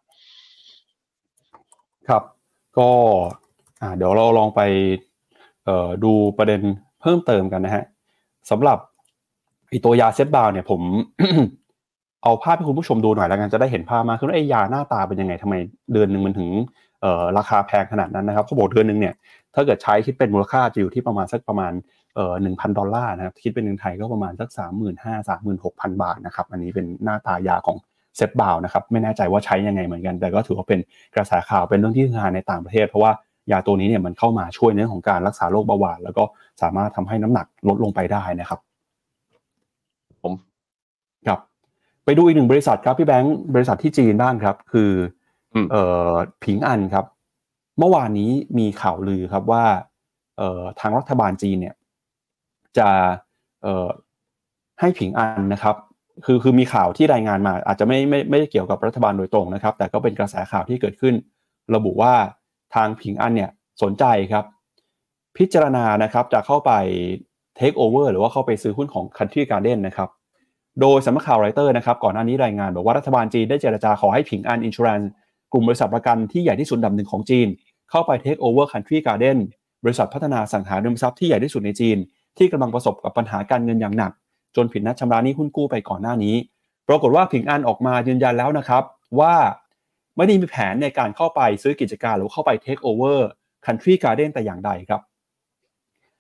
S2: ครับก็อ่าเดี๋ยวเราลองไปเอ่อดูประเด็นเพิ่มเติมกันนะฮะสำหรับไอ้ตัวยาเซฟบาวเนี่ยผม เอาภาพให้คุณผู้ชมดูหน่อยแล้วกันจะได้เห็นภาพมากขึ้นว่าไอ้ยาหน้าตาเป็นยังไงทำไมเดือนนึงมันถึงเอ่อราคาแพงขนาดนั้นนะครับเขาบอกเดือนนึงเนี่ยถ้าเกิดใช้คิดเป็นมูลค่าจะอยู่ที่ประมาณสักประมาณเอ่อ หนึ่งพัน ดอลลาร์นะครับคิดเป็นเงินไทยก็ประมาณสัก สามหมื่นห้าพัน สามหมื่นหกพัน บาทนะครับอันนี้เป็นหน้าตายาของเซฟบาวนะครับไม่แน่ใจว่าใช้ยังไงเหมือนกันแต่ก็ถือว่าเป็นกระแสข่าวเป็นเรื่องที่ฮือฮาในต่างประเทศเพราะว่ายาตัวนี้เนี่ยมันเข้ามาช่วยในเรื่องของการรักษาโรคเบาหวานแล้วก็สามารถทำให้น้ำหนักลดลงไปได้นะครับ
S3: ผม
S2: ครับไปดูอีกหนึ่งบริษัทครับพี่แบงค์บริษัทที่จีนบ้างครับคือเอ่อผิงอันครับเมื่อวานนี้มีข่าวลือครับว่าเอ่อทางรัฐบาลจีนเนี่ยจะเอ่อให้ผิงอันนะครับคือคือมีข่าวที่รายงานมาอาจจะไม่ไม่ไม่ได้เกี่ยวกับรัฐบาลโดยตรงนะครับแต่ก็เป็นกระแสข่าวที่เกิดขึ้นระบุว่าทางผิงอันเนี่ยสนใจครับพิจารณานะครับจะเข้าไป take over หรือว่าเข้าไปซื้อหุ้นของ Country Garden นะครับโดยสำนักข่าวรอยเตอร์นะครับก่อนหน้านี้รายงานบอกว่ารัฐบาลจีนได้เจรจาขอให้ผิงอัน Insurance กลุ่มบริษัทประกันที่ใหญ่ที่สุดอันดับหนึ่งของจีนเข้าไป take over Country Garden บริษัทพัฒนาอสังหาริมทรัพย์ที่ใหญ่ที่สุดในจีนที่กำลังประสบกับปัญหาการเงินอย่างหนักจนผิดนัดชำระหนี้หุ้นกู้ไปก่อนหน้านี้ปรากฏว่าผิงอันออกมายืนยันแล้วนะครับว่าไม่ได้มีแผนในการเข้าไปซื้อกิจการหรือเข้าไป take over Country Garden แต่อย่างใดครับ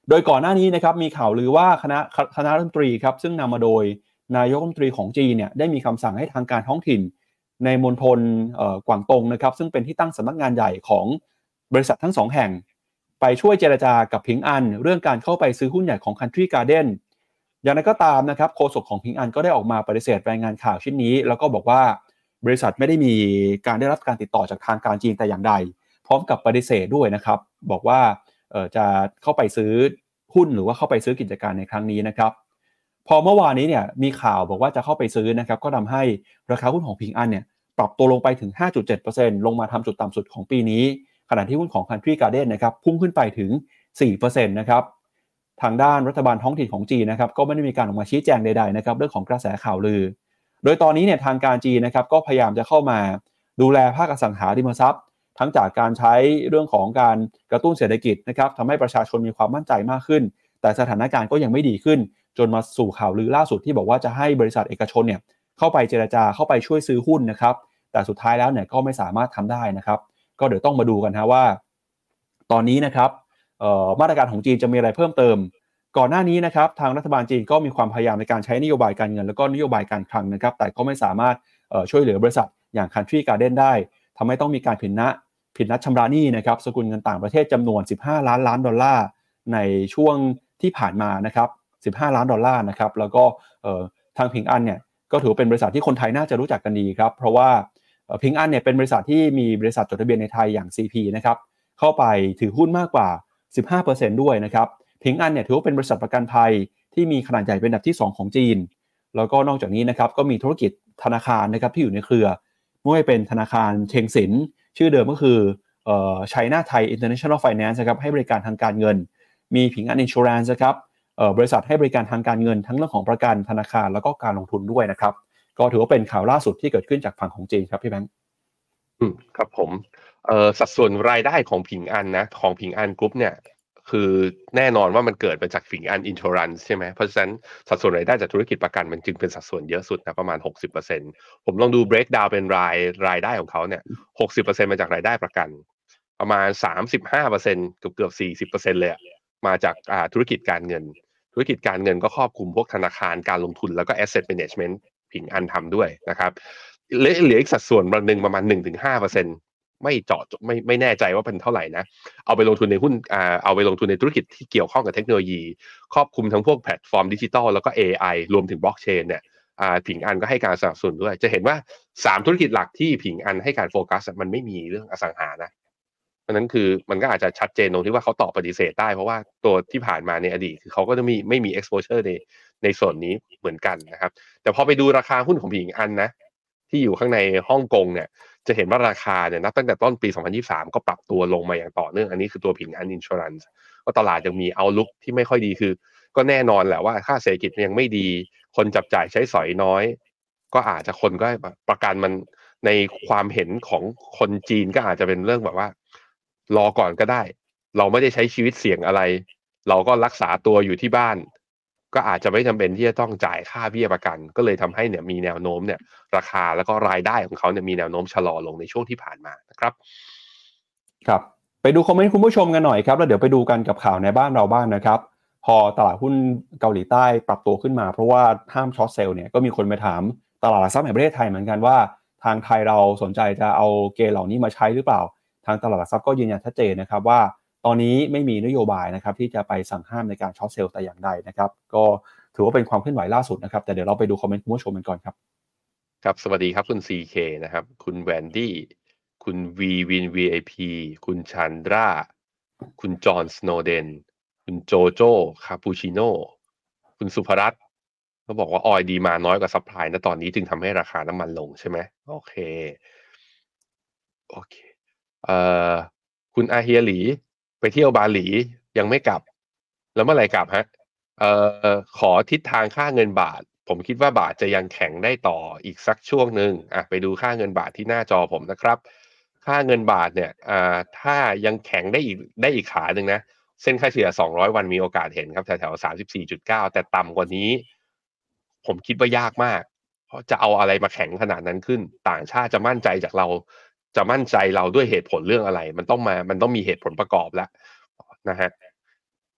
S2: โดยก่อนหน้านี้นะครับมีข่าวลือว่าคณะคณะรัฐมนตรีครับซึ่งนำมาโดยนายกรัฐมนตรีของจีนเนี่ยได้มีคำสั่งให้ทางการท้องถิ่นในมณฑลกวางตงนะครับซึ่งเป็นที่ตั้งสำนักงานใหญ่ของบริษัททั้งสองแห่งไปช่วยเจรจากับพิงอันเรื่องการเข้าไปซื้อหุ้นใหญ่ของ Country Garden อย่างไรก็ตามนะครับโฆษกของพิงอันก็ได้ออกมาปฏิเสธรายงานข่าวชิ้นนี้แล้วก็บอกว่าบริษัทไม่ได้มีการได้รับการติดต่อจากทางการจีนแต่อย่างใดพร้อมกับปฏิเสธด้วยนะครับบอกว่าเอ่อจะเข้าไปซื้อหุ้นหรือว่าเข้าไปซื้อกิจการในครั้งนี้นะครับพอเมื่อวานนี้เนี่ยมีข่าวบอกว่าจะเข้าไปซื้อนะครับก็ทำให้ราคาหุ้นของพิงอันเนี่ยปรับตัวลงไปถึง ห้าจุดเจ็ดเปอร์เซ็นต์ ลงมาทำจุดต่ำสุดของปีนี้ขณะที่หุ้นของ Country Garden นะครับพุ่งขึ้นไปถึง สี่เปอร์เซ็นต์ นะครับทางด้านรัฐบาลท้องถิ่นของจีนนะครับก็ไม่ได้มีการออกมาชี้แจงใดๆนะครับเรื่องของกระแสข่าวลือโดยตอนนี้เนี่ยทางการจีนนะครับก็พยายามจะเข้ามาดูแลภาคอสังหาริมทรัพย์ทั้งจากการใช้เรื่องของการกระตุ้นเศรษฐกิจนะครับทำให้ประชาชนมีความมั่นใจมากขึ้นแต่สถานการณ์ก็ยังไม่ดีขึ้นจนมาสู่ข่าวลือล่าสุดที่บอกว่าจะให้บริษัทเอกชนเนี่ยเข้าไปเจรจาเข้าไปช่วยซื้อหุ้นนะครับแต่สุดท้ายแล้วเนี่ยก็ไม่สามารถทำได้นะครับก็เดี๋ยวต้องมาดูกันนะว่าตอนนี้นะครับมาตรการของจีนจะมีอะไรเพิ่มเติมก่อนหน้านี้นะครับทางรัฐบาลจีนก็มีความพยายามในการใช้นโยบายการเงินแล้วก็นโยบายการคลังนะครับแต่ก็ไม่สามารถช่วยเหลือบริษัทอย่าง Country Garden ได้ทำให้ต้องมีการผิดนัดผิดนัดชำระหนี้นะครับสกุลเงินต่างประเทศจำนวนสิบห้าล้านล้านดอลลาร์ในช่วงที่ผ่านมานะครับสิบห้าล้านดอลลาร์นะครับแล้วก็ทางพิงอันเนี่ยก็ถือเป็นบริษัทที่คนไทยน่าจะรู้จักกันดีครับเพราะว่าพิงอันเนี่ยเป็นบริษัทที่มีบริษัทจดทะเบียนในไทยอย่าง ซี พี นะครับเข้าไปถือหุ้นมากกว่า สิบห้าเปอร์เซ็นต์ ด้วยนะครับพิงอันเนี่ยถือว่าเป็นบริษัทประกันภัยที่มีขนาดใหญ่เป็นอันดับที่สองของจีนแล้วก็นอกจากนี้นะครับก็มีธุรกิจธนาคารนะครับที่อยู่ในเครือไม่ว่าเป็นธนาคารเชงสินชื่อเดิมก็คือเอ่อ China Thai International Finance นะครับให้บริการทางการเงินมีพิงอัน Insurance นะครับเอ่อบริษัทให้บริการทางการเงินทั้งเรื่องของประกันธนาคารแล้วก็การลงทุนด้วยนะครับก็ถือว่าเป็นข่าวล่าสุดที่เกิดขึ้นจากฝั่งของจีนครับพี่แบงค์
S3: อืมครับผมเอ่อสัดส่วนรายได้ของผิงอันนะของผิงอันกรุ๊ปเนี่ยคือแน่นอนว่ามันเกิดมาจากผิงอันอินชอรันซ์ใช่ไหมเพราะฉะนั้นสัดส่วนรายได้จากธุรกิจประกันมันจึงเป็นสัดส่วนเยอะสุดนะประมาณ หกสิบเปอร์เซ็นต์ ผมลองดู break down เป็นรายรายได้ของเขาเนี่ย หกสิบเปอร์เซ็นต์ มาจากรายได้ประกันประมาณ สามสิบห้าเปอร์เซ็นต์ เกือบๆ สี่สิบเปอร์เซ็นต์ เลยอะมาจากอ่าธุรกิจการเงินธุรกิจการเงินก็ครอบคลุมพวกธนาคารการลงทุนแล้วก็ asset management ผิงอันทำด้วยนะครับเหลือเหลืออีกสัดส่วนบางนึงประมาณ หนึ่งถึงห้าเปอร์เซ็นต์ไม่เจาะไม่ไม่แน่ใจว่าเป็นเท่าไหร่นะเอาไปลงทุนในหุ้นอ่าเอาไปลงทุนในธุรกิจที่เกี่ยวข้องกับเทคโนโลยีครอบคลุมทั้งพวกแพลตฟอร์มดิจิทัลแล้วก็ เอ ไอ รวมถึงบล็อกเชนเนี่ยอ่าผิงอันก็ให้การสนับสนุนด้วยจะเห็นว่าสามธุรกิจหลักที่ผิงอันให้การโฟกัสมันไม่มีเรื่องอสังหานะเพราะนั้นคือมันก็อาจจะชัดเจนตรงที่ว่าเขาตอบปฏิเสธได้เพราะว่าตัวที่ผ่านมาในอดีตคือเขาก็จะมีไม่มี exposure ในในส่วนนี้เหมือนกันนะครับแต่พอไปดูราคาหุ้นของผิงอันนะที่อยู่ข้างในฮ่องกงเนี่ยจะเห็นว่าราคาเนี่ยนับตั้งแต่ต้นปีสองพันยี่สิบสามก็ปรับตัวลงมาอย่างต่อเนื่องอันนี้คือตัวผิงอันอินชอรันซ์ก็ตลาดยังมีเอาลุกที่ไม่ค่อยดีคือก็แน่นอนแหละว่าค่าเศรษฐกิจยังไม่ดีคนจับจ่ายใช้สอยน้อยก็อาจจะคนก็ประกันมันในความเห็นของคนจีนก็อาจจะเป็นเรื่องแบบว่ารอก่อนก็ได้เราไม่ได้ใช้ชีวิตเสี่ยงอะไรเราก็รักษาตัวอยู่ที่บ้านก็อาจจะไม่จำเป็นที่จะต้องจ่ายค่าเบี้ยประกันก็เลยทำให้เนี่ยมีแนวโน้มเนี่ยราคาแล้วก็รายได้ของเขาเนี่ยมีแนวโน้มชะลอลงในช่วงที่ผ่านมานะครับ
S2: ครับไปดูคอมเมนต์คุณผู้ชมกันหน่อยครับแล้วเดี๋ยวไปดูกันกับข่าวในบ้านเราบ้างนะครับพอตลาดหุ้นเกาหลีใต้ปรับตัวขึ้นมาเพราะว่าห้ามช็อตเซลล์เนี่ยก็มีคนไปถามตลาดหลักทรัพย์แห่งประเทศไทยเหมือนกันว่าทางไทยเราสนใจจะเอาเกณฑ์เหล่านี้มาใช้หรือเปล่าทางตลาดหลักทรัพย์ก็ยืนยันชัดเจนนะครับว่าตอนนี้ไม่มีนโยบายนะครับที่จะไปสั่งห้ามในการช็อตเซลล์แต่อย่างใดนะครับก็ถือว่าเป็นความเคลื่อนไหวล่าสุดนะครับแต่เดี๋ยวเราไปดูคอมเมนต์คุณผู้ชมกันก่อนครับ
S3: ครับสวัสดีครับคุณ ซี เค นะครับคุณแวนดี้คุณวีวิน วี ไอ พี คุณชันดราคุณจอห์นสโนเดนคุณโจโจ้คาปูชิโน่คุณสุภรัตน์เขาบอกว่าออยดีมาน้อยกว่าซัพพลายนะตอนนี้จึงทำให้ราคาน้ำมันลงใช่ไหมโอเคโอเคเอ่อคุณอาเฮียหลีไปเที่ยวบาหลียังไม่กลับแล้วเมื่อไหร่กลับฮะเอ่อขอทิศทางค่าเงินบาทผมคิดว่าบาทจะยังแข็งได้ต่ออีกสักช่วงหนึ่งอ่ะไปดูค่าเงินบาทที่หน้าจอผมนะครับค่าเงินบาทเนี่ยอ่าถ้ายังแข็งได้อีกได้อีกขาหนึ่งนะเส้นค่าเฉลี่ยสองร้อยวันมีโอกาสเห็นครับแถวๆ สามสิบสี่จุดเก้า แต่ต่ำกว่านี้ผมคิดว่ายากมากเพราะจะเอาอะไรมาแข็งขนาดนั้นขึ้นต่างชาติจะมั่นใจจากเราจะมั่นใจเราด้วยเหตุผลเรื่องอะไรมันต้องมามันต้องมีเหตุผลประกอบแล้วนะฮะ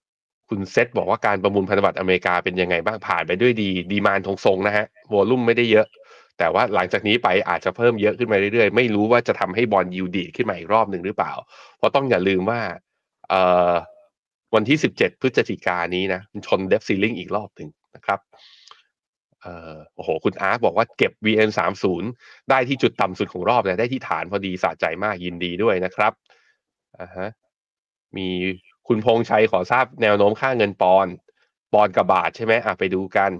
S3: คุณเซตบอกว่าการประมูลพันธบัตรอเมริกาเป็นยังไงบ้างผ่านไปด้วยดีดีมานด์ทรงๆนะฮะวอลุ่มไม่ได้เยอะแต่ว่าหลังจากนี้ไปอาจจะเพิ่มเยอะขึ้นมาเรื่อยๆไม่รู้ว่าจะทำให้บอนด์ยิลด์ดีดขึ้นมาอีกรอบหนึ่งหรือเปล่าเพราะต้องอย่าลืมว่าเอ่อวันที่สิบเจ็ดพฤศจิกายนนี้นะมันชนเดฟซีลิงอีกรอบหนึ่งนะครับเอ่อโอ้โหคุณอาร์ตบอกว่าเก็บ วี เอ็น สามสิบได้ที่จุดต่ำสุดของรอบเลยได้ที่ฐานพอดีสะใจมากยินดีด้วยนะครับอ่าฮะมีคุณพงษ์ชัยขอทราบแนวโน้มค่าเงินปอนด์ปอนด์กับบาทใช่ไหมอ่ะไปดูกัน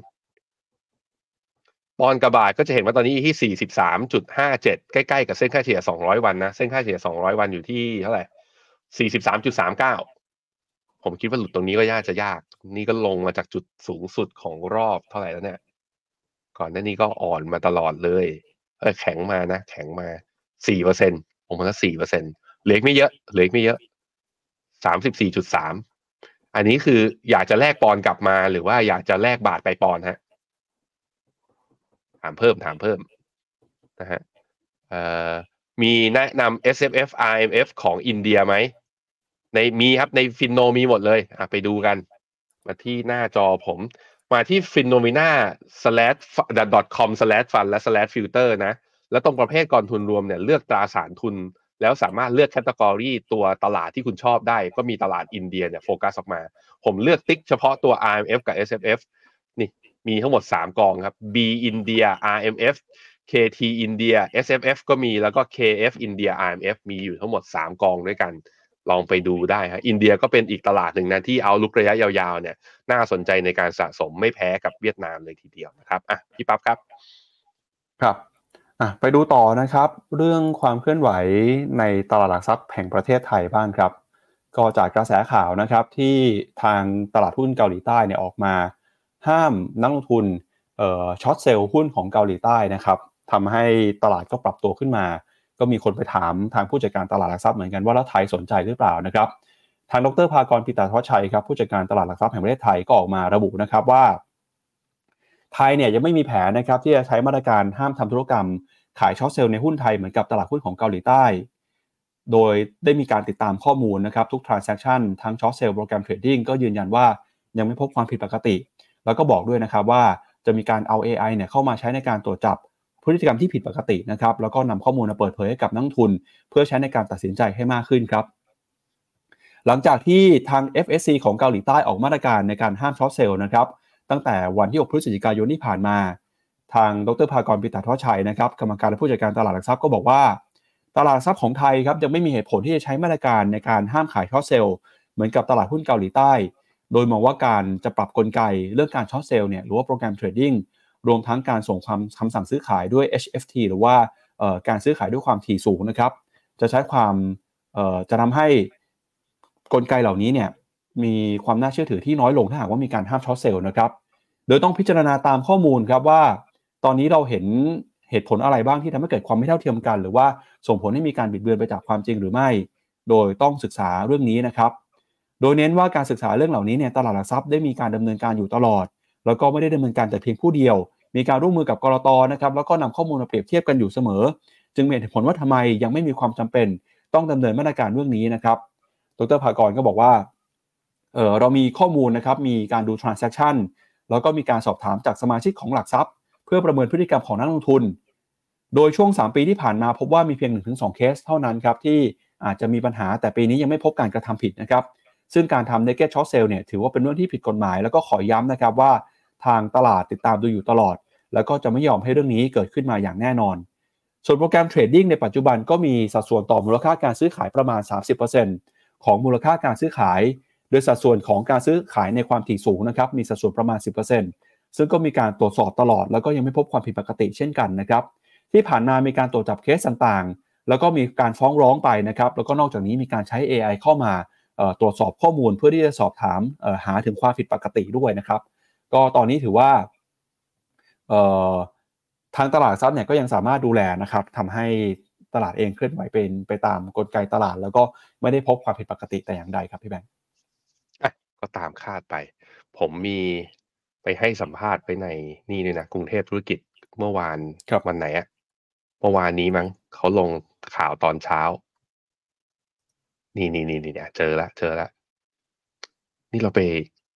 S3: ปอนด์กับบาทก็จะเห็นว่าตอนนี้ที่ สี่สิบสามจุดห้าเจ็ด ใกล้ๆกับเส้นค่าเฉลี่ยสองร้อยวันนะเส้นค่าเฉลี่ยสองร้อยวันอยู่ที่เท่าไหร่ สี่สิบสามจุดสามเก้า ผมคิดว่าหลุดตรงนี้ก็ยากจะยากนี่ก็ลงมาจากจุดสูงสุดของรอบเท่าไหร่แล้วเนี่ยก่อนหน้านี้ก็อ่อนมาตลอดเลยเออแข็งมานะแข็งมา สี่เปอร์เซ็นต์ ผมว่า สี่เปอร์เซ็นต์ เหลือไม่เยอะเหลือไม่เยอะ สามสิบสี่จุดสาม อันนี้คืออยากจะแลกปอนด์กลับมาหรือว่าอยากจะแลกบาทไปปอนด์ฮะถามเพิ่มถามเพิ่มนะฮะเอ่อมีแนะนำ เอส เอฟ เอฟ อาร์ เอ็ม เอฟ ของอินเดียไหมในมีครับในฟินโนมีหมดเลยอ่ะไปดูกันมาที่หน้าจอผมมาที่ phenomena slash com slash fund และ slash filter นะแล้วตรงประเภทกองทุนรวมเนี่ยเลือกตราสารทุนแล้วสามารถเลือกแคตตากรีตัวตลาดที่คุณชอบได้ก็มีตลาดอินเดียเนี่ยโฟกัสออกมาผมเลือกติ๊กเฉพาะตัว อาร์ เอ็ม เอฟ กับ เอส เอฟ เอฟ นี่มีทั้งหมดสามกองครับ B India อาร์ เอ็ม เอฟ เค ที India เอส เอฟ เอฟ ก็มีแล้วก็ เค เอฟ India อาร์ เอ็ม เอฟ มีอยู่ทั้งหมดสามกองด้วยกันลองไปดูได้ฮะอินเดียก็เป็นอีกตลาดหนึ่งนะที่เอาลุกระยะยาวๆเนี่ยน่าสนใจในการสะสมไม่แพ้กับเวียดนามเลยทีเดียวนะครับอ่ะพี่ปั๊บครับ
S2: ครับอ่ะไปดูต่อนะครับเรื่องความเคลื่อนไหวในตลาดหลักทรัพย์แห่งประเทศไทยบ้างครับก็จากกระแสข่าวนะครับที่ทางตลาดหุ้นเกาหลีใต้เนี่ยออกมาห้ามนักลงทุนเอ่อช็อตเซลล์หุ้นของเกาหลีใต้นะครับทำให้ตลาดก็ปรับตัวขึ้นมาก็มีคนไปถามทางผู้จัดการตลาดหลักทรัพย์เหมือนกันว่าแล้วไทยสนใจหรือเปล่านะครับทางดร.ภากร ปิตาทวัชชัยครับผู้จัดการตลาดหลักทรัพย์แห่งประเทศไทยก็ออกมาระบุนะครับว่าไทยเนี่ยยังไม่มีแผนนะครับที่จะใช้มาตรการห้ามทำธุรกรรมขายช็อตเซลล์ในหุ้นไทยเหมือนกับตลาดหุ้นของเกาหลีใต้โดยได้มีการติดตามข้อมูลนะครับทุก transaction ทั้งช็อตเซลล์โปรแกรมเทรดดิ้งก็ยืนยันว่ายังไม่พบความผิดปกติแล้วก็บอกด้วยนะครับว่าจะมีการเอา เอ ไอ เนี่ยเข้ามาใช้ในการตรวจจับพฤติกรรมที่ผิดปกตินะครับแล้วก็นำข้อมูลมาเปิดเผยให้กับนักลงทุนเพื่อใช้ในการตัดสินใจให้มากขึ้นครับหลังจากที่ทาง เอฟ เอส ซี ของเกาหลีใต้ออกมาตรการในการห้ามช็อตเซลล์นะครับตั้งแต่วันที่หกพฤศจิกายนที่ผ่านมาทางดร.ภากร ปิตาทวัชชัยนะครับกรรมการและผู้จัดการตลาดหลักทรัพย์ก็บอกว่าตลาดหลักทรัพย์ของไทยครับยังไม่มีเหตุผลที่จะใช้มาตรการในการห้ามขายช็อตเซลล์เหมือนกับตลาดหุ้นเกาหลีใต้โดยมองว่าการจะปรับกลไกเรื่องการช็อตเซลล์เนี่ยหรือว่าโปรแกรมเทรดดิ้งรวมทั้งการส่งความคำสั่งซื้อขายด้วย เอช เอฟ ที หรือว่าการซื้อขายด้วยความถี่สูงนะครับจะใช้ความจะทำให้กลไกเหล่านี้เนี่ยมีความน่าเชื่อถือที่น้อยลงถ้าหากว่ามีการห้ามช็อตเซลล์นะครับโดยต้องพิจารณาตามข้อมูลครับว่าตอนนี้เราเห็นเหตุผลอะไรบ้างที่ทำให้เกิดความไม่เท่าเทียมกันหรือว่าส่งผลให้มีการบิดเบือนไปจากความจริงหรือไม่โดยต้องศึกษาเรื่องนี้นะครับโดยเน้นว่าการศึกษาเรื่องเหล่านี้เนี่ยตลาดหลักทรัพย์ได้มีการดำเนินการอยู่ตลอดแล้วก็ไม่ได้ดำเนินการแต่เพียงผู้เดียวมีการร่วมมือกับกลต.นะครับแล้วก็นำข้อมูลมาเปรียบเทียบกันอยู่เสมอจึงมีเหตุผลว่าทำไมยังไม่มีความจำเป็นต้องดำเนินมาตรการเรื่องนี้นะครับดร.ภากรก็บอกว่าเออเรามีข้อมูลนะครับมีการดู transaction แล้วก็มีการสอบถามจากสมาชิกของหลักทรัพย์เพื่อประเมินพฤติกรรมของนักลงทุนโดยช่วงสามปีที่ผ่านมาพบว่ามีเพียง หนึ่งถึงสอง เคสเท่านั้นครับที่อาจจะมีปัญหาแต่ปีนี้ยังไม่พบการกระทำผิดนะครับซึ่งการทำ naked short sale เนี่ยถือว่าเป็นเรื่องที่ผิดกฎหมายแล้วก็ขอย้ำนะครับว่าทางตลาดติดตามดูอยู่ตลอดแล้วก็จะไม่ยอมให้เรื่องนี้เกิดขึ้นมาอย่างแน่นอนส่วนโปรแกรมเทรดดิ้งในปัจจุบันก็มีสัดส่วนต่อมูลค่าการซื้อขายประมาณ สามสิบเปอร์เซ็นต์ ของมูลค่าการซื้อขายโดยสัดส่วนของการซื้อขายในความถี่สูงนะครับมีสัดส่วนประมาณ สิบเปอร์เซ็นต์ ซึ่งก็มีการตรวจสอบตลอดแล้วก็ยังไม่พบความผิดปกติเช่นกันนะครับที่ผ่านมามีการตรวจจับเคสต่างๆแล้วก็มีการฟ้องร้องไปนะครับแล้วก็นอกจากนี้มีการใช้ เอ ไอ เข้ามาตรวจสอบข้อมูลเพื่อที่จะสอบถามหาถึงความผิดปกติด้วยนะครับก็ตอนนี้ถือว่าทางตลาดทรัพย์เนี่ยก็ยังสามารถดูแลนะครับทำให้ตลาดเองเคลื่อนไหวเป็นไปตามกลไกตลาดแล้วก็ไม่ได้พบความผิดปกติแต่อย่างใดครับพี่แบงค์
S3: ก็ตามคาดไปผมมีไปให้สัมภาษณ์ไปในนี่เลยนะกรุงเทพธุรกิจเมื่อวานวันไหนอะเมื่อวานนี้มั้งเขาลงข่าวตอนเช้านี่นี่นี่เนี่ยเจอแล้วเจอแล้วนี่เราไป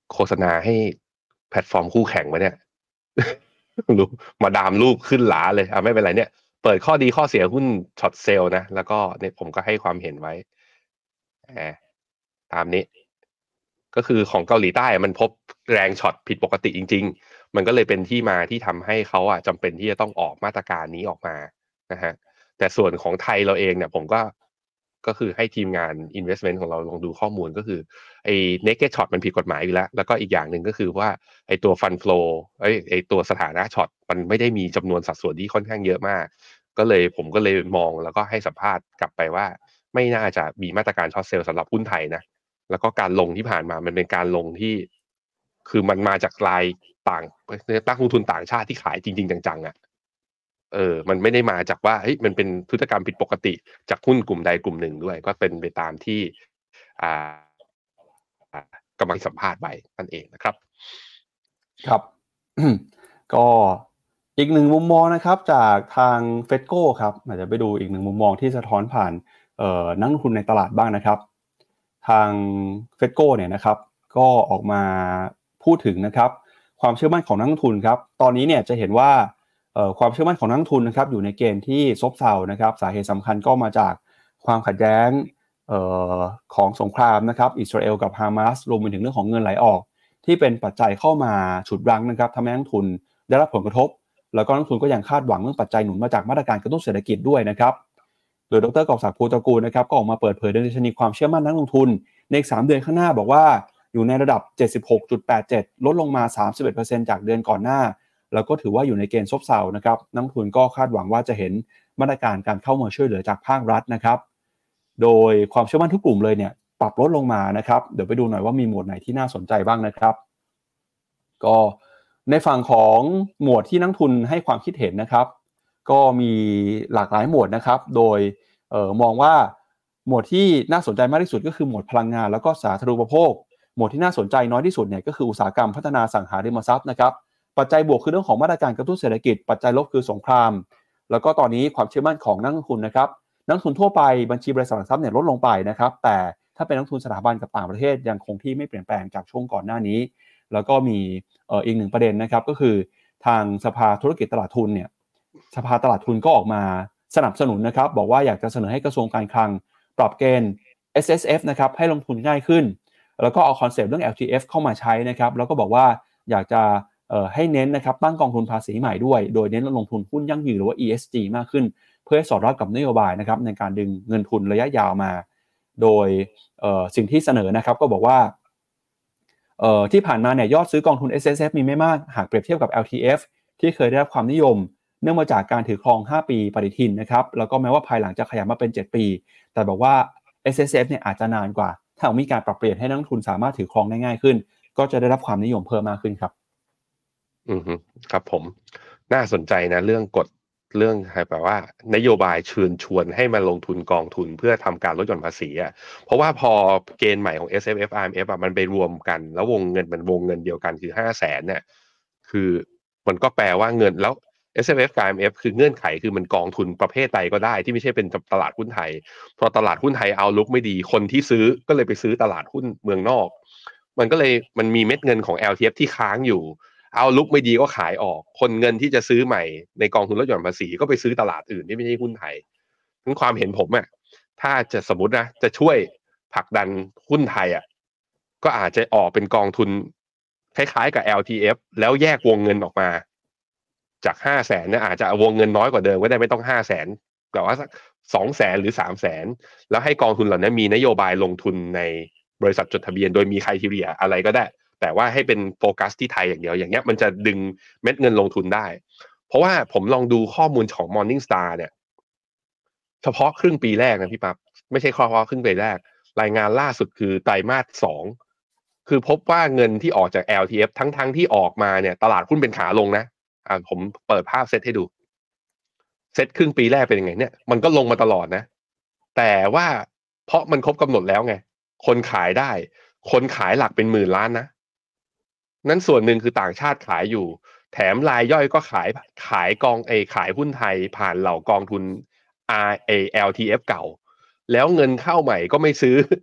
S3: โฆษณาให้แพลตฟอร์มคู่แข่งมาเนี่ย รู้มาดามรูปขึ้นหลาเลยอ่ะไม่เป็นไรเนี่ยเปิดข้อดีข้อเสียหุ้นช็อตเซลล์นะแล้วก็เนี่ยผมก็ให้ความเห็นไว้อ่าตามนี้ก็คือของเกาหลีใต้มันพบแรงช็อตผิดปกติจริงๆมันก็เลยเป็นที่มาที่ทำให้เขาอ่ะจำเป็นที่จะต้องออกมาตรการนี้ออกมานะฮะแต่ส่วนของไทยเราเองเนี่ยผมก็ก็คือให้ทีมงาน investment ของเราลองดูข้อมูลก็คือไอ้ naked short มันผิดกฎหมายอยู่แล้วแล้วก็อีกอย่างหนึ่งก็คือว่าไอ้ตัว fund flow ไอ้ไอ้ตัวสถานะช็อตมันไม่ได้มีจำนวนสัดส่วนที่ค่อนข้างเยอะมากก็เลยผมก็เลยมองแล้วก็ให้สัมภาษณ์กลับไปว่าไม่น่าจะมีมาตรการช็อตเซลล์สำหรับหุ้นไทยนะแล้วก็การลงที่ผ่านมามันเป็นการลงที่คือมันมาจากรายต่างนักลงทุนต่างชาติที่ขายจริงๆจังๆอ่ะเออมันไม่ได้มาจากว่าเฮ้ยมันเป็นพฤติกรรมผิดปกติจากหุ้นกลุ่มใดกลุ่มหนึ่งด้วยก็เป็นไปตามที่อ่ากำลังสัมภาษณ์ไปนั่นเองนะครับ
S2: ครับ ก็อีกหนึ่งมุมมองนะครับจากทางเฟดโก้ครับอาจจะไปดูอีกหนึ่งมุมมองที่สะท้อนผ่านเอ่อนักลงทุนในตลาดบ้างนะครับทางเฟดโก้เนี่ยนะครับก็ออกมาพูดถึงนะครับความเชื่อมั่นของนักลงทุนครับตอนนี้เนี่ยจะเห็นว่าเอ่อความเชื่อมั่นของนักลงทุนนะครับอยู่ในเกณฑ์ที่ซบเซานะครับสาเหตุสำคัญก็มาจากความขัดแย้งเอ่อของสงครามนะครับอิสราเอลกับฮามาสรวมไปถึงเรื่องของเงินไหลออกที่เป็นปัจจัยเข้ามาฉุดรั้งนะครับทำให้นักลงทุนได้รับผลกระทบแล้วก็นักลงทุนก็ยังคาดหวังเรื่องปัจจัยหนุนมาจากมาตรการกระตุ้นเศรษฐกิจด้วยนะครับโดยดร.กอบศักดิ์ภูตระกูลนะครับก็ออกมาเปิดเผยดัชนีความเชื่อมั่นนักลงทุนในอีกสามเดือนข้างหน้าบอกว่าอยู่ในระดับ เจ็ดสิบหกจุดแปดเจ็ด ลดลงมา สามสิบเอ็ดเปอร์เซ็นต์ จากเดือนก่อนหน้าแล้วก็ถือว่าอยู่ในเกณฑ์ซบเซานะครับนักลงทุนก็คาดหวังว่าจะเห็นมาตรการการเข้ามาช่วยเหลือจากภาครัฐนะครับโดยความเชื่อมั่นทุกกลุ่มเลยเนี่ยปรับลดลงมานะครับเดี๋ยวไปดูหน่อยว่ามีหมวดไหนที่น่าสนใจบ้างนะครับก็ในฝั่งของหมวดที่นักทุนให้ความคิดเห็นนะครับก็มีหลากหลายหมวดนะครับโดยเอ่อมองว่าหมวดที่น่าสนใจมากที่สุดก็คือหมวดพลังงานแล้วก็สาธารณูปโภคหมวดที่น่าสนใจน้อยที่สุดเนี่ยก็คืออุตสาหกรรมพัฒนาสังหาริมทรัพย์นะครับปัจจัยบวกคือเรื่องของมาตรการกระตุ้นเศรษฐกิจปัจจัยลบคือสงครามแล้วก็ตอนนี้ความเชื่อมั่นของนักลงทุนนะครับนักลงทุนทั่วไปบัญชีบริษัทหลักทรัพย์เนี่ยลดลงไปนะครับแต่ถ้าเป็นนักลงทุนสถาบันกับต่างประเทศยังคงที่ไม่เปลี่ยนแปลงจากช่วงก่อนหน้านี้แล้วก็มีเอ่ออีกหนึ่งประเด็นนะครับก็คือทางสภาธุรกิจตลาดทุนเนี่ยสภาตลาดทุนก็ออกมาสนับสนุนนะครับบอกว่าอยากจะเสนอให้กระทรวงการคลังปรับเกณฑ์ เอส เอส เอฟ นะครับให้ลงทุนง่ายขึ้นแล้วก็เอาคอนเซปต์เรื่อง แอล ที เอฟ เข้ามาใช้นะครับแล้วก็บอกว่าอยากจะเอ่อให้เน้นนะครับตั้งกองทุนภาษีใหม่ด้วยโดยเน้นลงทุนหุ้นยั่งยืนหรือว่า อี เอส จี มากขึ้นเพื่อให้สอดรับกับนโยบายนะครับในการดึงเงินทุนระยะยาวมาโดยเอ่อสิ่งที่เสนอนะครับก็บอกว่าเอ่อที่ผ่านมาเนี่ยยอดซื้อกองทุน เอส เอส เอฟ มีไม่มากหากเปรียบเทียบกับ แอล ที เอฟ ที่เคยได้รับความนิยมเนื่องมาจากการถือครองห้าปีปฏิทินนะครับแล้วก็แม้ว่าภายหลังจะขยับมาเป็นเจ็ดปีแต่บอกว่า เอส เอส เอฟ เนี่ยอาจจะนานกว่าถ้ามีการปรับเปลี่ยนให้นักลงทุนสามารถถือครองได้ง่ายขึ้นก็จะได้รับความนิยมเพิ่มมากขึ้นครับ
S3: อืมครับผมน่าสนใจนะเรื่องกฎเรื่องให้แปลว่านโยบายเชิญชวนให้มาลงทุนกองทุนเพื่อทำการลดหย่อนภาษีอ่ะเพราะว่าพอเกณฑ์ใหม่ของ เอส เอฟ เอฟ อาร์ เอ็ม เอฟ อ่ะมันไปรวมกันแล้ววงเงินมันวงเงินเดียวกันคือห้าแสนเนี่ยคือมันก็แปลว่าเงินแล้ว เอส เอฟ เอฟ กับ อาร์ เอ็ม เอฟ คือเงื่อนไขคือมันกองทุนประเภทใดก็ได้ที่ไม่ใช่เป็นตลาดหุ้นไทยพอตลาดหุ้นไทยเอาลุกไม่ดีคนที่ซื้อก็เลยไปซื้อตลาดหุ้นเมืองนอกมันก็เลยมันมีเม็ดเงินของ แอล ที เอฟ ที่ค้างอยู่เอาลุกไม่ดีก็ขายออกคนเงินที่จะซื้อใหม่ในกองทุนลดหย่อนภาษีก็ไปซื้อตลาดอื่นที่ไม่ใช่หุ้นไทยทั้งความเห็นผมอ่ะถ้าจะสมมตินะจะช่วยผลักดันหุ้นไทยอ่ะก็อาจจะออกเป็นกองทุนคล้ายๆกับ แอล ที เอฟ แล้วแยกวงเงินออกมาจากห้าแสนเนี่ยอาจจะวงเงินน้อยกว่าเดิมก็ได้ไม่ต้องห้าแสนแต่ว่าสักสองแสนหรือสามแสนแล้วให้กองทุนเหล่านี้มีนโยบายลงทุนในบริษัทจดทะเบียนโดยมีไครทีเรียอะไรก็ได้แต่ว่าให้เป็นโฟกัสที่ไทยอย่างเดียวอย่างเงี้ยมันจะดึงเม็ดเงินลงทุนได้เพราะว่าผมลองดูข้อมูลของ Morningstar เนี่ยเฉพาะครึ่งปีแรกนะพี่ปั๊บไม่ใช่เฉพาะครึ่งปีแรกรายงานล่าสุดคือไตรมาสสองคือพบว่าเงินที่ออกจาก แอล ที เอฟ ทั้งๆที่ออกมาเนี่ยตลาดหุ้นเป็นขาลงนะอ่าผมเปิดภาพเซตให้ดูเซตครึ่งปีแรกเป็นยังไงเนี่ยมันก็ลงมาตลอดนะแต่ว่าเพราะมันครบกำหนดแล้วไงคนขายได้คนขายหลักเป็นหมื่นล้านนะนั้นส่วนหนึ่งคือต่างชาติขายอยู่แถมรายย่อยก็ขายขายกองเอขายหุ้นไทยผ่านเหล่ากองทุน อาร์ เอ แอล ที เอฟ เก่าแล้วเงินเข้าใหม่ก็ไม่ซื้อ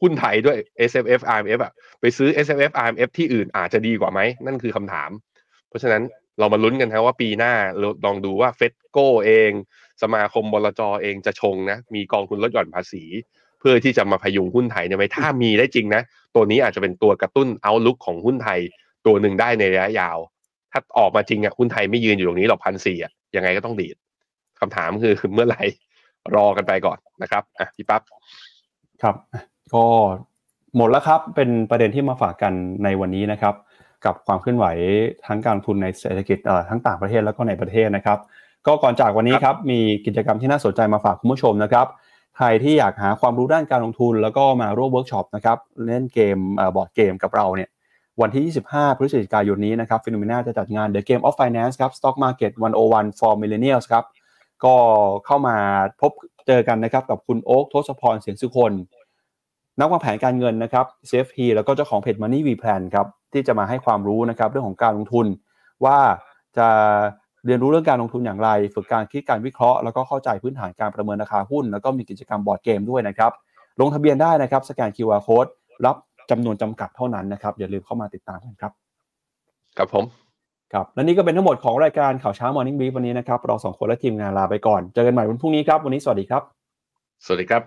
S3: หุ้นไทยด้วย เอส เอฟ เอฟ อาร์ เอ็ม เอฟ อ่ะไปซื้อ เอส เอฟ เอฟ อาร์ เอ็ม เอฟ ที่อื่นอาจจะดีกว่าไหมนั่นคือคำถามเพราะฉะนั้นเรามาลุ้นกันครับว่าปีหน้าเราลองดูว่าเฟดโก้เองสมาคมบลจ.เองจะชงนะมีกองทุนลดหย่อนภาษีเพื่อที่จะมาพยุงหุ้นไทยเนี่ยไหมถ้ามีได้จริงนะตัวนี้อาจจะเป็นตัวกระตุ้นเอาท์ลุคของหุ้นไทยตัวหนึ่งได้ในระยะยาวถ้าออกมาจริงอ่ะหุ้นไทยไม่ยืนอยู่ตรงนี้หรอกพันสี่อ่ะยังไงก็ต้องดีดคำถามคือเมื่อไหร่รอกันไปก่อนนะครับอ่ะพี่ปั๊บ
S2: ครับก็หมดแล้วครับเป็นประเด็นที่มาฝากกันในวันนี้นะครับกับความเคลื่อนไหวทั้งการลงทุนในเศรษฐกิจเอ่อทั้งต่างประเทศแล้วก็ในประเทศนะครับก็ก่อนจากวันนี้ครับมีกิจกรรมที่น่าสนใจมาฝากคุณผู้ชมนะครับใครที่อยากหาความรู้ด้านการลงทุนแล้วก็มาร่วมเวิร์กช็อปนะครับเล่นเกมเอ่อบอร์ดเกมกับเราเนี่ยวันที่ยี่สิบห้าพฤศจิกายนนี้นะครับ Phenomena จะจัดงาน The Game of Finance ครับ Stock Marketหนึ่งศูนย์หนึ่ง for Millennials ครับก็เข้ามาพบเจอกันนะครับกับคุณโอ๊คทศพรเสียงสุคนนักวางแผนการเงินนะครับ ซี เอฟ พี แล้วก็เจ้าของเพจ Money We Plan ครับที่จะมาให้ความรู้นะครับเรื่องของการลงทุนว่าจะเรียนรู้เรื่องการลงทุนอย่างไรฝึกการคิดการวิเคราะห์แล้วก็เข้าใจพื้นฐานการประเมินราคาหุ้นแล้วก็มีกิจกรรมบอร์ดเกมด้วยนะครับลงทะเบียนได้นะครับสแกน คิว อาร์ Code รับจำนวนจำกัดเท่านั้นนะครับอย่าลืมเข้ามาติดตามกันครับ
S3: ครับผม
S2: ครับและนี่ก็เป็นทั้งหมดของรายการข่าวเช้า Morning Brief วันนี้นะครับเราสองคนและทีมงานลาไปก่อนเจอกันใหม่วันพรุ่งนี้ครับวันนี้สวัสดีครับ
S3: สวัสดีครับ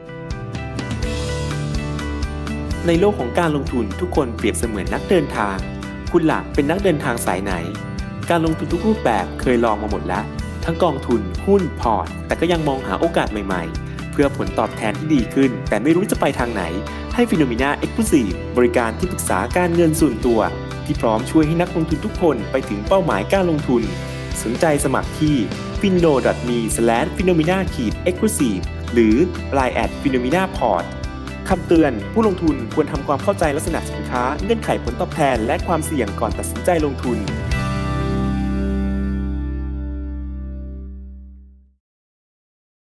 S4: ในโลกของการลงทุนทุกคนเปรียบเสมือนนักเดินทางคุณหลักเป็นนักเดินทางสายไหนการลงทุนทุกรูปแบบเคยลองมาหมดแล้วทั้งกองทุนหุ้นพอร์ตแต่ก็ยังมองหาโอกาสใหม่ๆเพื่อผลตอบแทนที่ดีขึ้นแต่ไม่รู้จะไปทางไหนให้ Phenomena Exclusive บริการที่ปรึกษาการเงินส่วนตัวที่พร้อมช่วยให้นักลงทุนทุกคนไปถึงเป้าหมายการลงทุนสนใจสมัครที่ ฟินโน ดอท มี สแลช ฟีโนมีนา เอ็กซ์คลูซีฟ หรือ ไลน์ แอท ฟีโนมีนา พอร์ต คำเตือนผู้ลงทุนควรทำความเข้าใจลักษณะสินค้าเงื่อนไขผลตอบแทนและความเสี่ยงก่อนตัดสินใจลงทุน